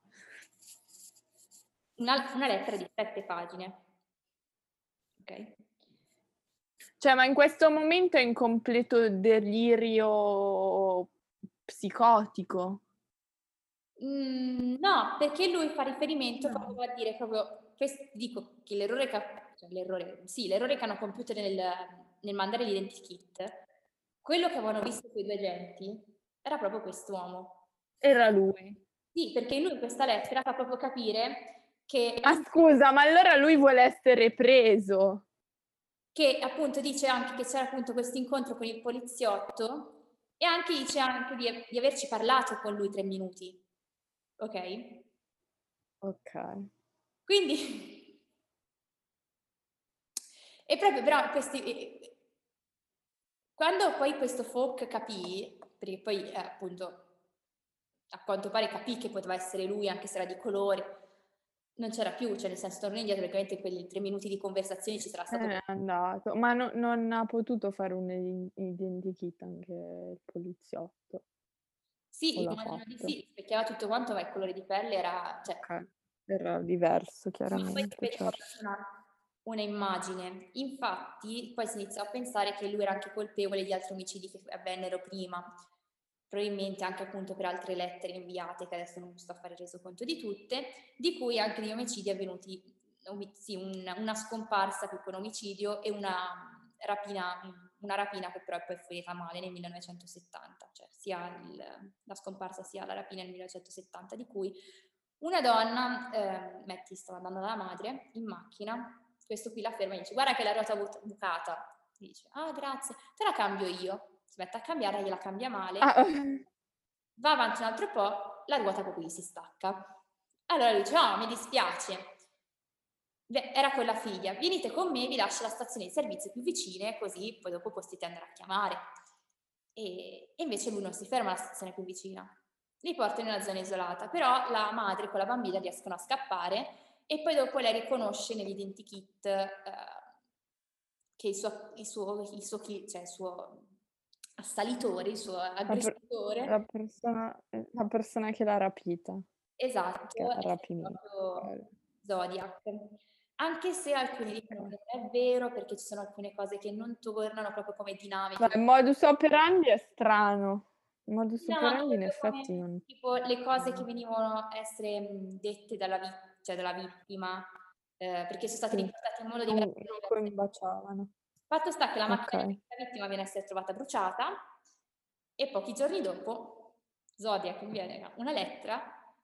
Una, una lettera di sette pagine. Ok? Cioè, ma in questo momento è in completo delirio psicotico? Mm, no, perché lui fa riferimento No. proprio a dire proprio, questo, dico che l'errore che, cioè, l'errore, sì, l'errore che hanno compiuto nel, nel mandare l'identikit, quello che avevano visto quei due agenti era proprio quest'uomo. Era lui. Sì, perché lui in questa lettera fa proprio capire che, Ah, scusa, ma allora lui vuole essere preso. che appunto dice anche che c'era appunto questo incontro con il poliziotto e anche dice anche di, di averci parlato con lui tre minuti. Ok? Ok. Quindi, e proprio però questi, quando poi questo Folk capì, perché poi eh, appunto a quanto pare capì che poteva essere lui anche se era di colore, non c'era più, cioè nel senso tornò indietro perché ovviamente quei tre minuti di conversazione ci sarà stato. È andato, ma no, non ha potuto fare un identikit anche il poliziotto? Sì, O l'ha immagino di fatto? sì, specchiava tutto quanto, ma il colore di pelle era, cioè, Ok, era diverso ma poi ti chiaramente, vedi certo. proprio una, una immagine. Infatti, poi si iniziò a pensare che lui era anche colpevole di altri omicidi che avvennero prima, probabilmente anche appunto per altre lettere inviate, che adesso non sto a fare resoconto di tutte, di cui anche degli omicidi avvenuti, sì, un, una scomparsa più che un omicidio e una rapina, una rapina che però è poi finita male nel millenovecentosettanta, cioè sia il, la scomparsa sia la rapina nel millenovecentosettanta, di cui una donna, eh, Matty stava andando dalla madre in macchina, questo qui la ferma e dice guarda che la ruota bu- bucata, gli dice ah grazie, te la cambio io, si mette a cambiare, gliela cambia male, Ah, va avanti un altro po', la ruota proprio gli si stacca. Allora lui dice no, mi dispiace, beh, era con la figlia, venite con me, vi lascio la stazione di servizio più vicina, così poi dopo potete andare a chiamare. E, e invece lui non si ferma alla stazione più vicina, li porta in una zona isolata, però la madre con la bambina riescono a scappare e poi dopo lei riconosce nell'identikit eh, che il suo, il suo, il suo, cioè il suo assalitore, il suo la, per- aggressore, la persona, la persona che l'ha rapita, che esatto, l'ha è rapito. proprio Zodiac. Anche se alcuni dicono Ok. che non è vero perché ci sono alcune cose che non tornano proprio come Beh, dinamiche. il modus operandi è strano. Il modus No, ma operandi in proprio effetti come non... tipo le cose che venivano a essere mh, dette dalla, vi- cioè dalla vittima, eh, perché sono state Sì, riportate in modo non, diverso. non diverse- combaciavano. Fatto sta che la Ok. macchina di questa vittima viene a essere trovata bruciata e pochi giorni dopo Zodiac inviene una lettera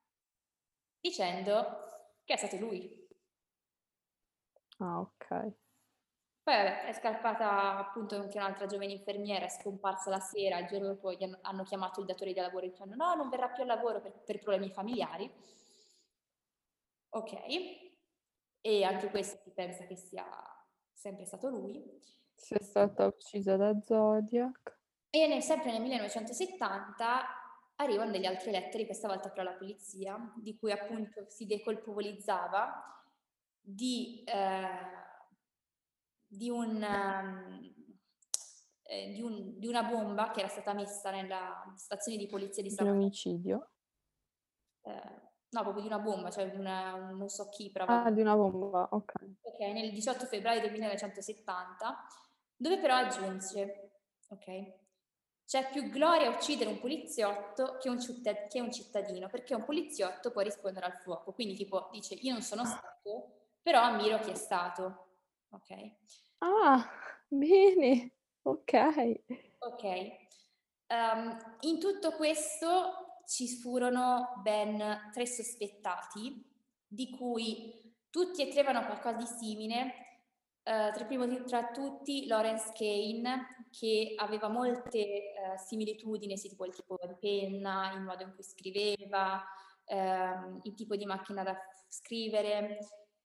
dicendo che è stato lui. Ah, ok. Poi vabbè, è scappata appunto anche un'altra giovane infermiera, è scomparsa la sera, il giorno dopo gli hanno, hanno chiamato il datore di lavoro dicendo no, non verrà più al lavoro per, per problemi familiari. Ok, e anche questo si pensa che sia sempre stato lui. Sei stata uccisa da Zodiac. E nel, sempre nel millenovecentosettanta arrivano delle altre lettere, questa volta però alla polizia, di cui appunto si decolpevolizzava di, eh, di, un, um, eh, di, un, di una bomba che era stata messa nella stazione di polizia di Di San un Francisco. omicidio. Eh, no, proprio di una bomba, cioè di una, non so chi, però Ah, vabbè. di una bomba, ok. Ok, nel diciotto febbraio del millenovecentosettanta, dove però aggiunge, ok, c'è più gloria a uccidere un poliziotto che un, cittad- che un cittadino, perché un poliziotto può rispondere al fuoco, quindi tipo dice io non sono stato, però ammiro chi è stato, ok? Ah, bene, ok. Ok. Ehm, in tutto questo ci furono ben tre sospettati, di cui tutti e tre avevano qualcosa di simile. Eh, tra, primo di- tra tutti Lawrence Kane, che aveva molte eh, similitudini, sì, tipo il tipo di penna, il modo in cui scriveva, ehm, il tipo di macchina da scrivere.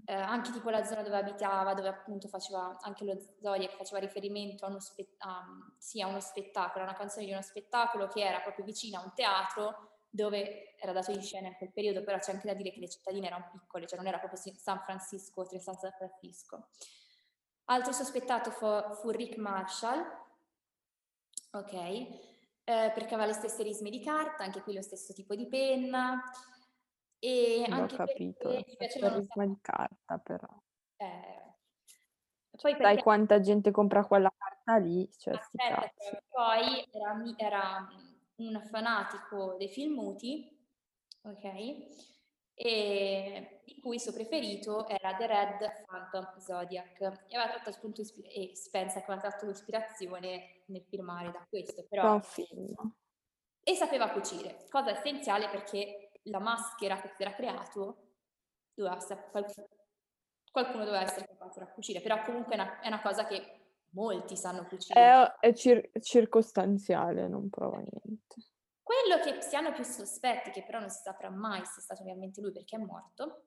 eh, anche tipo la zona dove abitava, dove appunto faceva anche lo Zodiac, faceva riferimento a uno, spe- a, sì, a uno spettacolo, a una canzone di uno spettacolo che era proprio vicina a un teatro dove era dato in scena in quel periodo, però c'è anche da dire che le cittadine erano piccole, cioè non era proprio San Francisco, San Francisco. Altro sospettato fu, fu Rick Marshall, ok, eh, perché aveva le stesse risme di carta, anche qui lo stesso tipo di penna, e L'ho anche capito, perché la gli stessa piacevano un risma sacco. di carta però. Eh, poi Sai perché, quanta gente compra quella carta lì? Cioè, sti aspetta, cazzi. poi era, mi- era mm, un fanatico dei film muti, ok? E di cui il suo preferito era The Red Phantom Zodiac. E aveva tratto spunto ispi- e si pensa che aveva tratto ispirazione nel filmare da questo, però Da un film. e sapeva cucire, cosa essenziale perché la maschera che si era creato doveva essere, qualcuno, qualcuno doveva essere capace a cucire, però comunque è una, è una cosa che molti sanno cucire. È, è cir- circostanziale, non prova niente. Quello che si hanno più sospetti, che però non si saprà mai se è stato realmente lui perché è morto,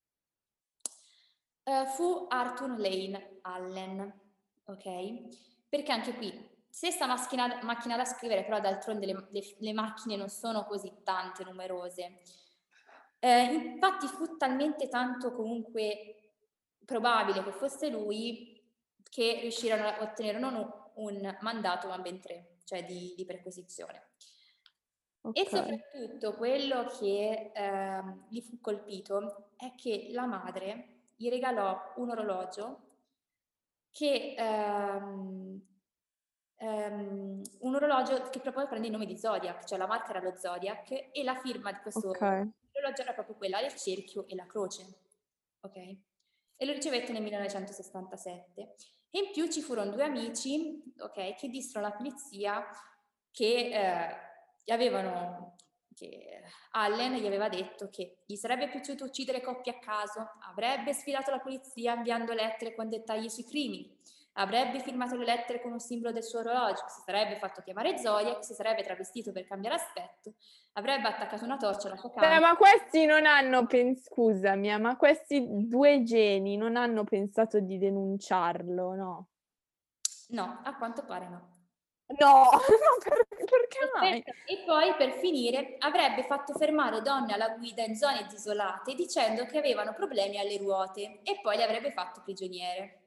eh, fu Arthur Lane Allen, ok? Perché anche qui, se sta macchina, macchina da scrivere, però d'altronde le, le, le macchine non sono così tante, numerose. Eh, infatti fu talmente tanto comunque probabile che fosse lui che riuscirono a ottenere non un, un mandato ma ben tre, cioè di, di perquisizione. E Ok. soprattutto quello che ehm, gli fu colpito è che la madre gli regalò un orologio che ehm, ehm, un orologio che proprio prende il nome di Zodiac, cioè la marca era lo Zodiac e la firma di questo Ok. orologio era proprio quella del cerchio e la croce, ok? E lo ricevette nel millenovecentosessantasette. E in più ci furono due amici, ok, che dissero alla polizia che eh, gli avevano che Allen gli aveva detto che gli sarebbe piaciuto uccidere coppie a caso, avrebbe sfidato la polizia inviando lettere con dettagli sui crimini, avrebbe firmato le lettere con un simbolo del suo orologio, si sarebbe fatto chiamare Zodiac, si sarebbe travestito per cambiare aspetto, avrebbe attaccato una torcia alla sua Beh, camera. ma questi non hanno pensato, scusami, eh, ma questi due geni non hanno pensato di denunciarlo, no? No, a quanto pare no. No, ma per- perché mai? Aspetta, e poi per finire avrebbe fatto fermare donne alla guida in zone isolate dicendo che avevano problemi alle ruote e poi le avrebbe fatto prigioniere.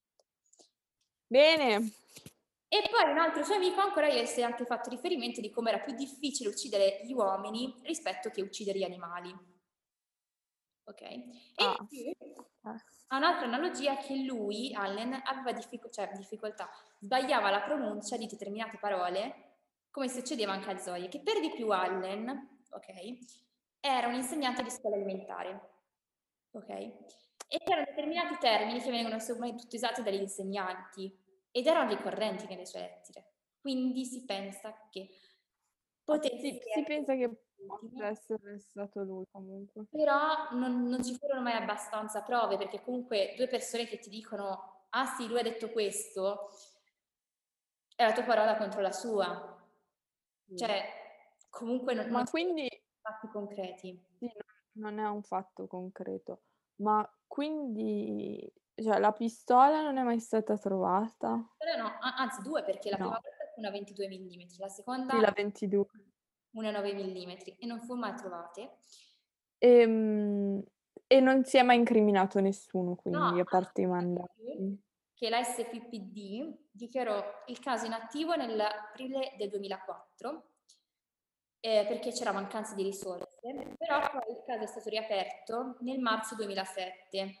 Bene. E poi un altro suo amico ancora gli avesse anche fatto riferimento di come era più difficile uccidere gli uomini rispetto che uccidere gli animali. Ok? E Ah. in più Eh. ha un'altra analogia che lui, Allen, aveva diffic- cioè, difficoltà, sbagliava la pronuncia di determinate parole, come succedeva anche a Zoe, che per di più Allen, ok, era un insegnante di scuola elementare, ok? E c'erano determinati termini che vengono soprattutto usati dagli insegnanti ed erano ricorrenti nelle sue lettere. Quindi si pensa che potesse Si, si essere pensa che l'ultimo, possa essere stato lui comunque. però non, non ci furono mai abbastanza prove, perché comunque due persone che ti dicono ah sì, lui ha detto questo, è la tua parola contro la sua. Sì. Cioè, comunque non, non Ma ci sono quindi, fatti concreti. sì, non è un fatto concreto, ma quindi, cioè, la pistola non è mai stata trovata? Però no, a- anzi due, perché la prima No, volta fu una ventidue millimetri, la sì, seconda la ventidue. una nove millimetri e non fu mai trovate. Ehm, E, non si è mai incriminato nessuno, No, quindi, a parte i anche più mandati. che la S P P D dichiarò il caso inattivo nell'aprile del duemilaquattro eh, perché c'era mancanza di risorse, però poi il caso è stato riaperto nel marzo duemilasette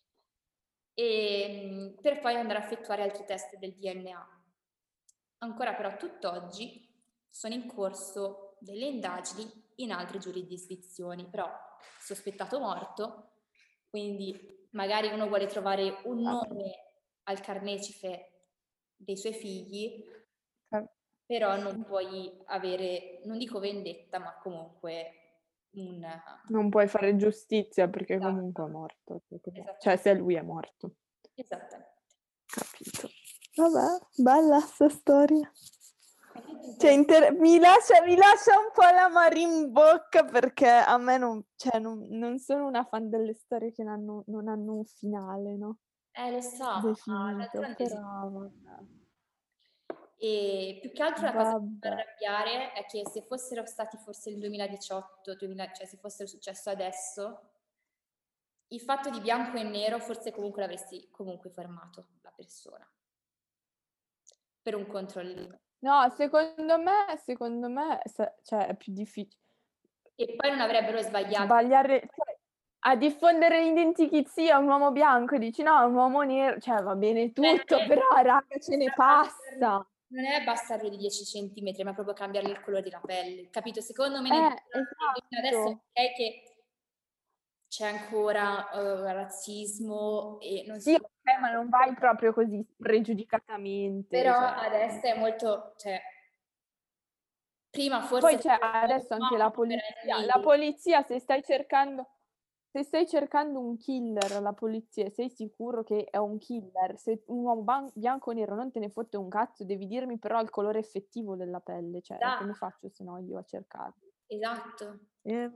e, per poi andare a effettuare altri test del D N A. Ancora però tutt'oggi sono in corso delle indagini in altre giurisdizioni, però sospettato morto, quindi magari uno vuole trovare un Ah, nome al carnefice dei suoi figli, eh, però non puoi avere, non dico vendetta, ma comunque un... non puoi fare giustizia perché comunque è Esatto, morto. Cioè, esattamente. se lui è morto. Esattamente. Capito. Vabbè, bella sta storia. Cioè, inter- mi lascia, mi lascia un po' l'amaro in bocca perché a me non, cioè, non, non sono una fan delle storie che non hanno, non hanno un finale, no? Eh, lo so, ma Definito, d'altronde però sì. vabbè. E più che altro la cosa che mi fa Vabbè. arrabbiare è che se fossero stati forse il duemiladiciotto, duemila, cioè se fosse successo adesso, il fatto di bianco e nero forse comunque l'avresti comunque fermato la persona per un controllino. No, secondo me, secondo me, se- cioè, è più difficile E poi non avrebbero sbagliato. sbagliare, cioè, a diffondere l'identikizia a un uomo bianco, dici no, è un uomo nero, cioè va bene Beh, non tutto, è- però raga, ce ne passa. Non è abbassarlo di dieci centimetri, ma proprio cambiargli il colore della pelle, capito? Secondo me nel Eh, adesso esatto. è che c'è ancora uh, razzismo e non Sì, si... ok, ma non vai proprio così spregiudicatamente, Però cioè. adesso è molto... Cioè, prima forse... Poi c'è adesso anche la polizia. La polizia, se stai cercando, se stai cercando un killer, la polizia, sei sicuro che è un killer? Se un uomo ban- bianco o nero non te ne fotte un cazzo, devi dirmi però il colore effettivo della pelle, cioè Da, come faccio se no io a cercarlo? esatto. Eh,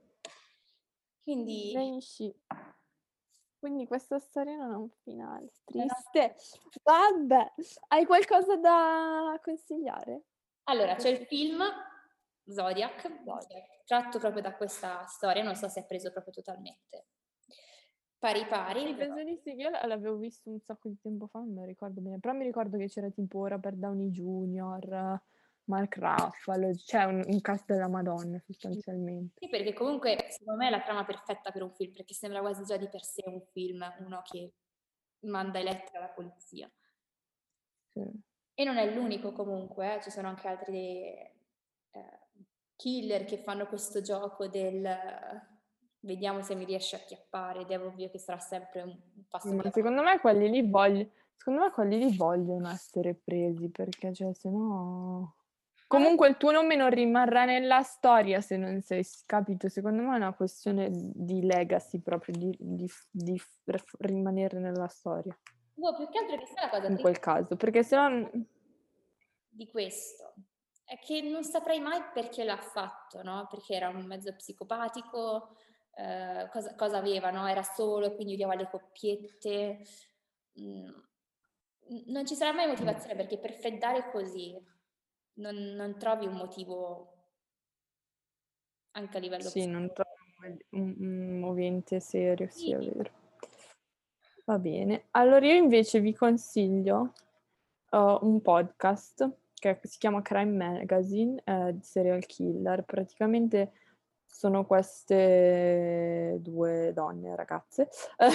Quindi... Benissimo. Quindi questa storia non ha un finale. non ho- Triste. Vabbè, hai qualcosa da consigliare? Allora, c'è il film Zodiac, Dai. che è tratto proprio da questa storia, non so se è preso proprio totalmente pari pari, Sì, però penso di sì, io l- l'avevo visto un sacco di tempo fa, non me lo ricordo bene, però mi ricordo che c'era tipo Robert Downey junior, Mark Ruffalo, c'è un, un cast della Madonna sostanzialmente. sì, perché comunque secondo me è la trama perfetta per un film, perché sembra quasi già di per sé un film, uno che manda i letteri alla polizia. Sì. E non è l'unico comunque, eh, ci sono anche altri eh, killer che fanno questo gioco del eh, vediamo se mi riesce a acchiappare, ed è ovvio che sarà sempre un, un passo Sì, ma più secondo avanti. me quelli lì vogliono, secondo me quelli lì vogliono essere presi, perché cioè se no... Ma non- Comunque il tuo nome non rimarrà nella storia se non sei capito. Secondo me è una questione di legacy proprio, di, di, di f- rimanere nella storia, boh, più che altro che sia la cosa in triste quel caso, perché se no... di questo è che non saprei mai perché l'ha fatto, no? Perché era un mezzo psicopatico, eh, cosa, cosa aveva, no? Era solo e quindi odiava le coppiette. Mm, non ci sarà mai motivazione perché per freddare così non, non trovi un motivo anche a livello Sì, non psicologico. trovo un, un movente serio, sì, Sì, è vero. Va bene. Allora io invece vi consiglio uh, un podcast che si chiama Crime Magazine, eh, di serial killer. Praticamente sono queste due donne, ragazze,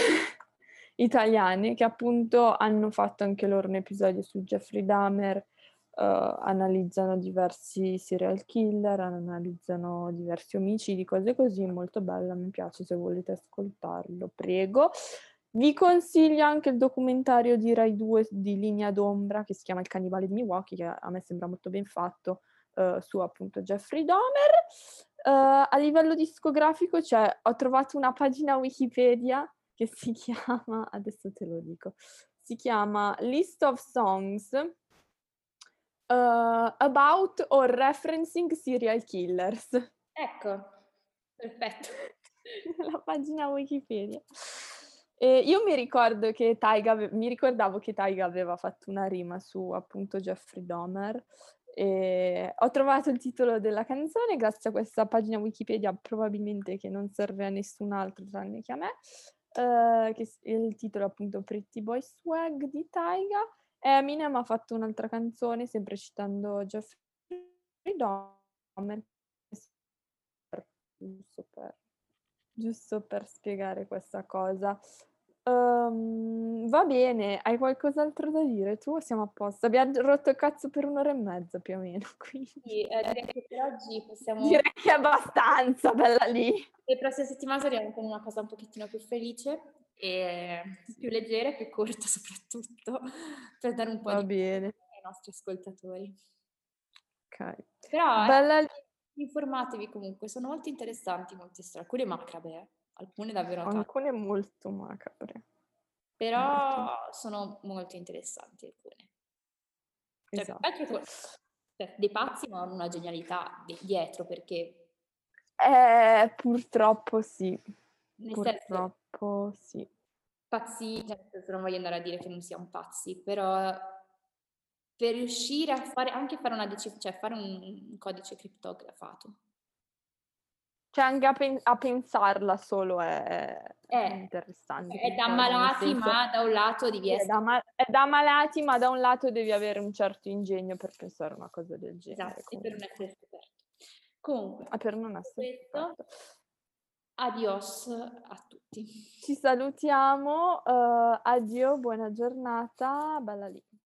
italiane, che appunto hanno fatto anche loro un episodio su Jeffrey Dahmer, uh, analizzano diversi serial killer, analizzano diversi omicidi, cose così, molto bella, mi piace, se volete ascoltarlo, prego. Vi consiglio anche il documentario di Rai due di Linea d'Ombra che si chiama Il cannibale di Milwaukee, che a me sembra molto ben fatto, eh, su appunto Jeffrey Dahmer. Uh, a livello discografico, cioè, ho trovato una pagina Wikipedia che si chiama, adesso te lo dico, si chiama List of Songs uh, About or Referencing Serial Killers. ecco, perfetto. La pagina Wikipedia. E io mi ricordo che Taiga, ave- mi ricordavo che Taiga aveva fatto una rima su appunto Jeffrey Dahmer e ho trovato il titolo della canzone grazie a questa pagina Wikipedia, probabilmente che non serve a nessun altro tranne che a me, eh, che s- il titolo è appunto Pretty Boy Swag di Taiga e Eminem ha fatto un'altra canzone sempre citando Jeffrey Dahmer, giusto per giusto per spiegare questa cosa. Ehm, va bene, hai qualcos'altro da dire? Tu siamo a posto. Abbiamo rotto il cazzo per un'ora e mezza più o meno, quindi Sì, eh, direi che per oggi possiamo... direi che è abbastanza, bella lì. Le prossime settimane arriviamo con una cosa un pochettino più felice e più leggera e più corta soprattutto, per dare un po' Va di bene, ai nostri ascoltatori. ok. Però eh, Bella lì. informatevi comunque, sono molto interessanti molte storie, alcune macrabe, eh, alcune davvero tante, Alcune molto macabre. Molto. però sono molto interessanti alcune. Cioè, più che Esatto. altro Cioè, dei pazzi ma hanno una genialità di- dietro, perché Eh, purtroppo sì, nel senso, purtroppo sì. pazzi, cioè, nel senso, non voglio andare a dire che non siamo pazzi, però per riuscire a fare, anche fare una decif- cioè fare un, un codice criptografato, Cioè anche a, pen- a pensarla solo è, è è, interessante è come da cosa, nel malati, senso ma da un lato devi sì, è da, essere, ma- è da malati, ma da un lato devi avere un certo ingegno per pensare a una cosa del genere esatto, e per non comunque. essere scoperto. Comunque, Ah, per non detto essere questo, scoperto. adios a tutti. Ci salutiamo, eh, addio, buona giornata, bella lì.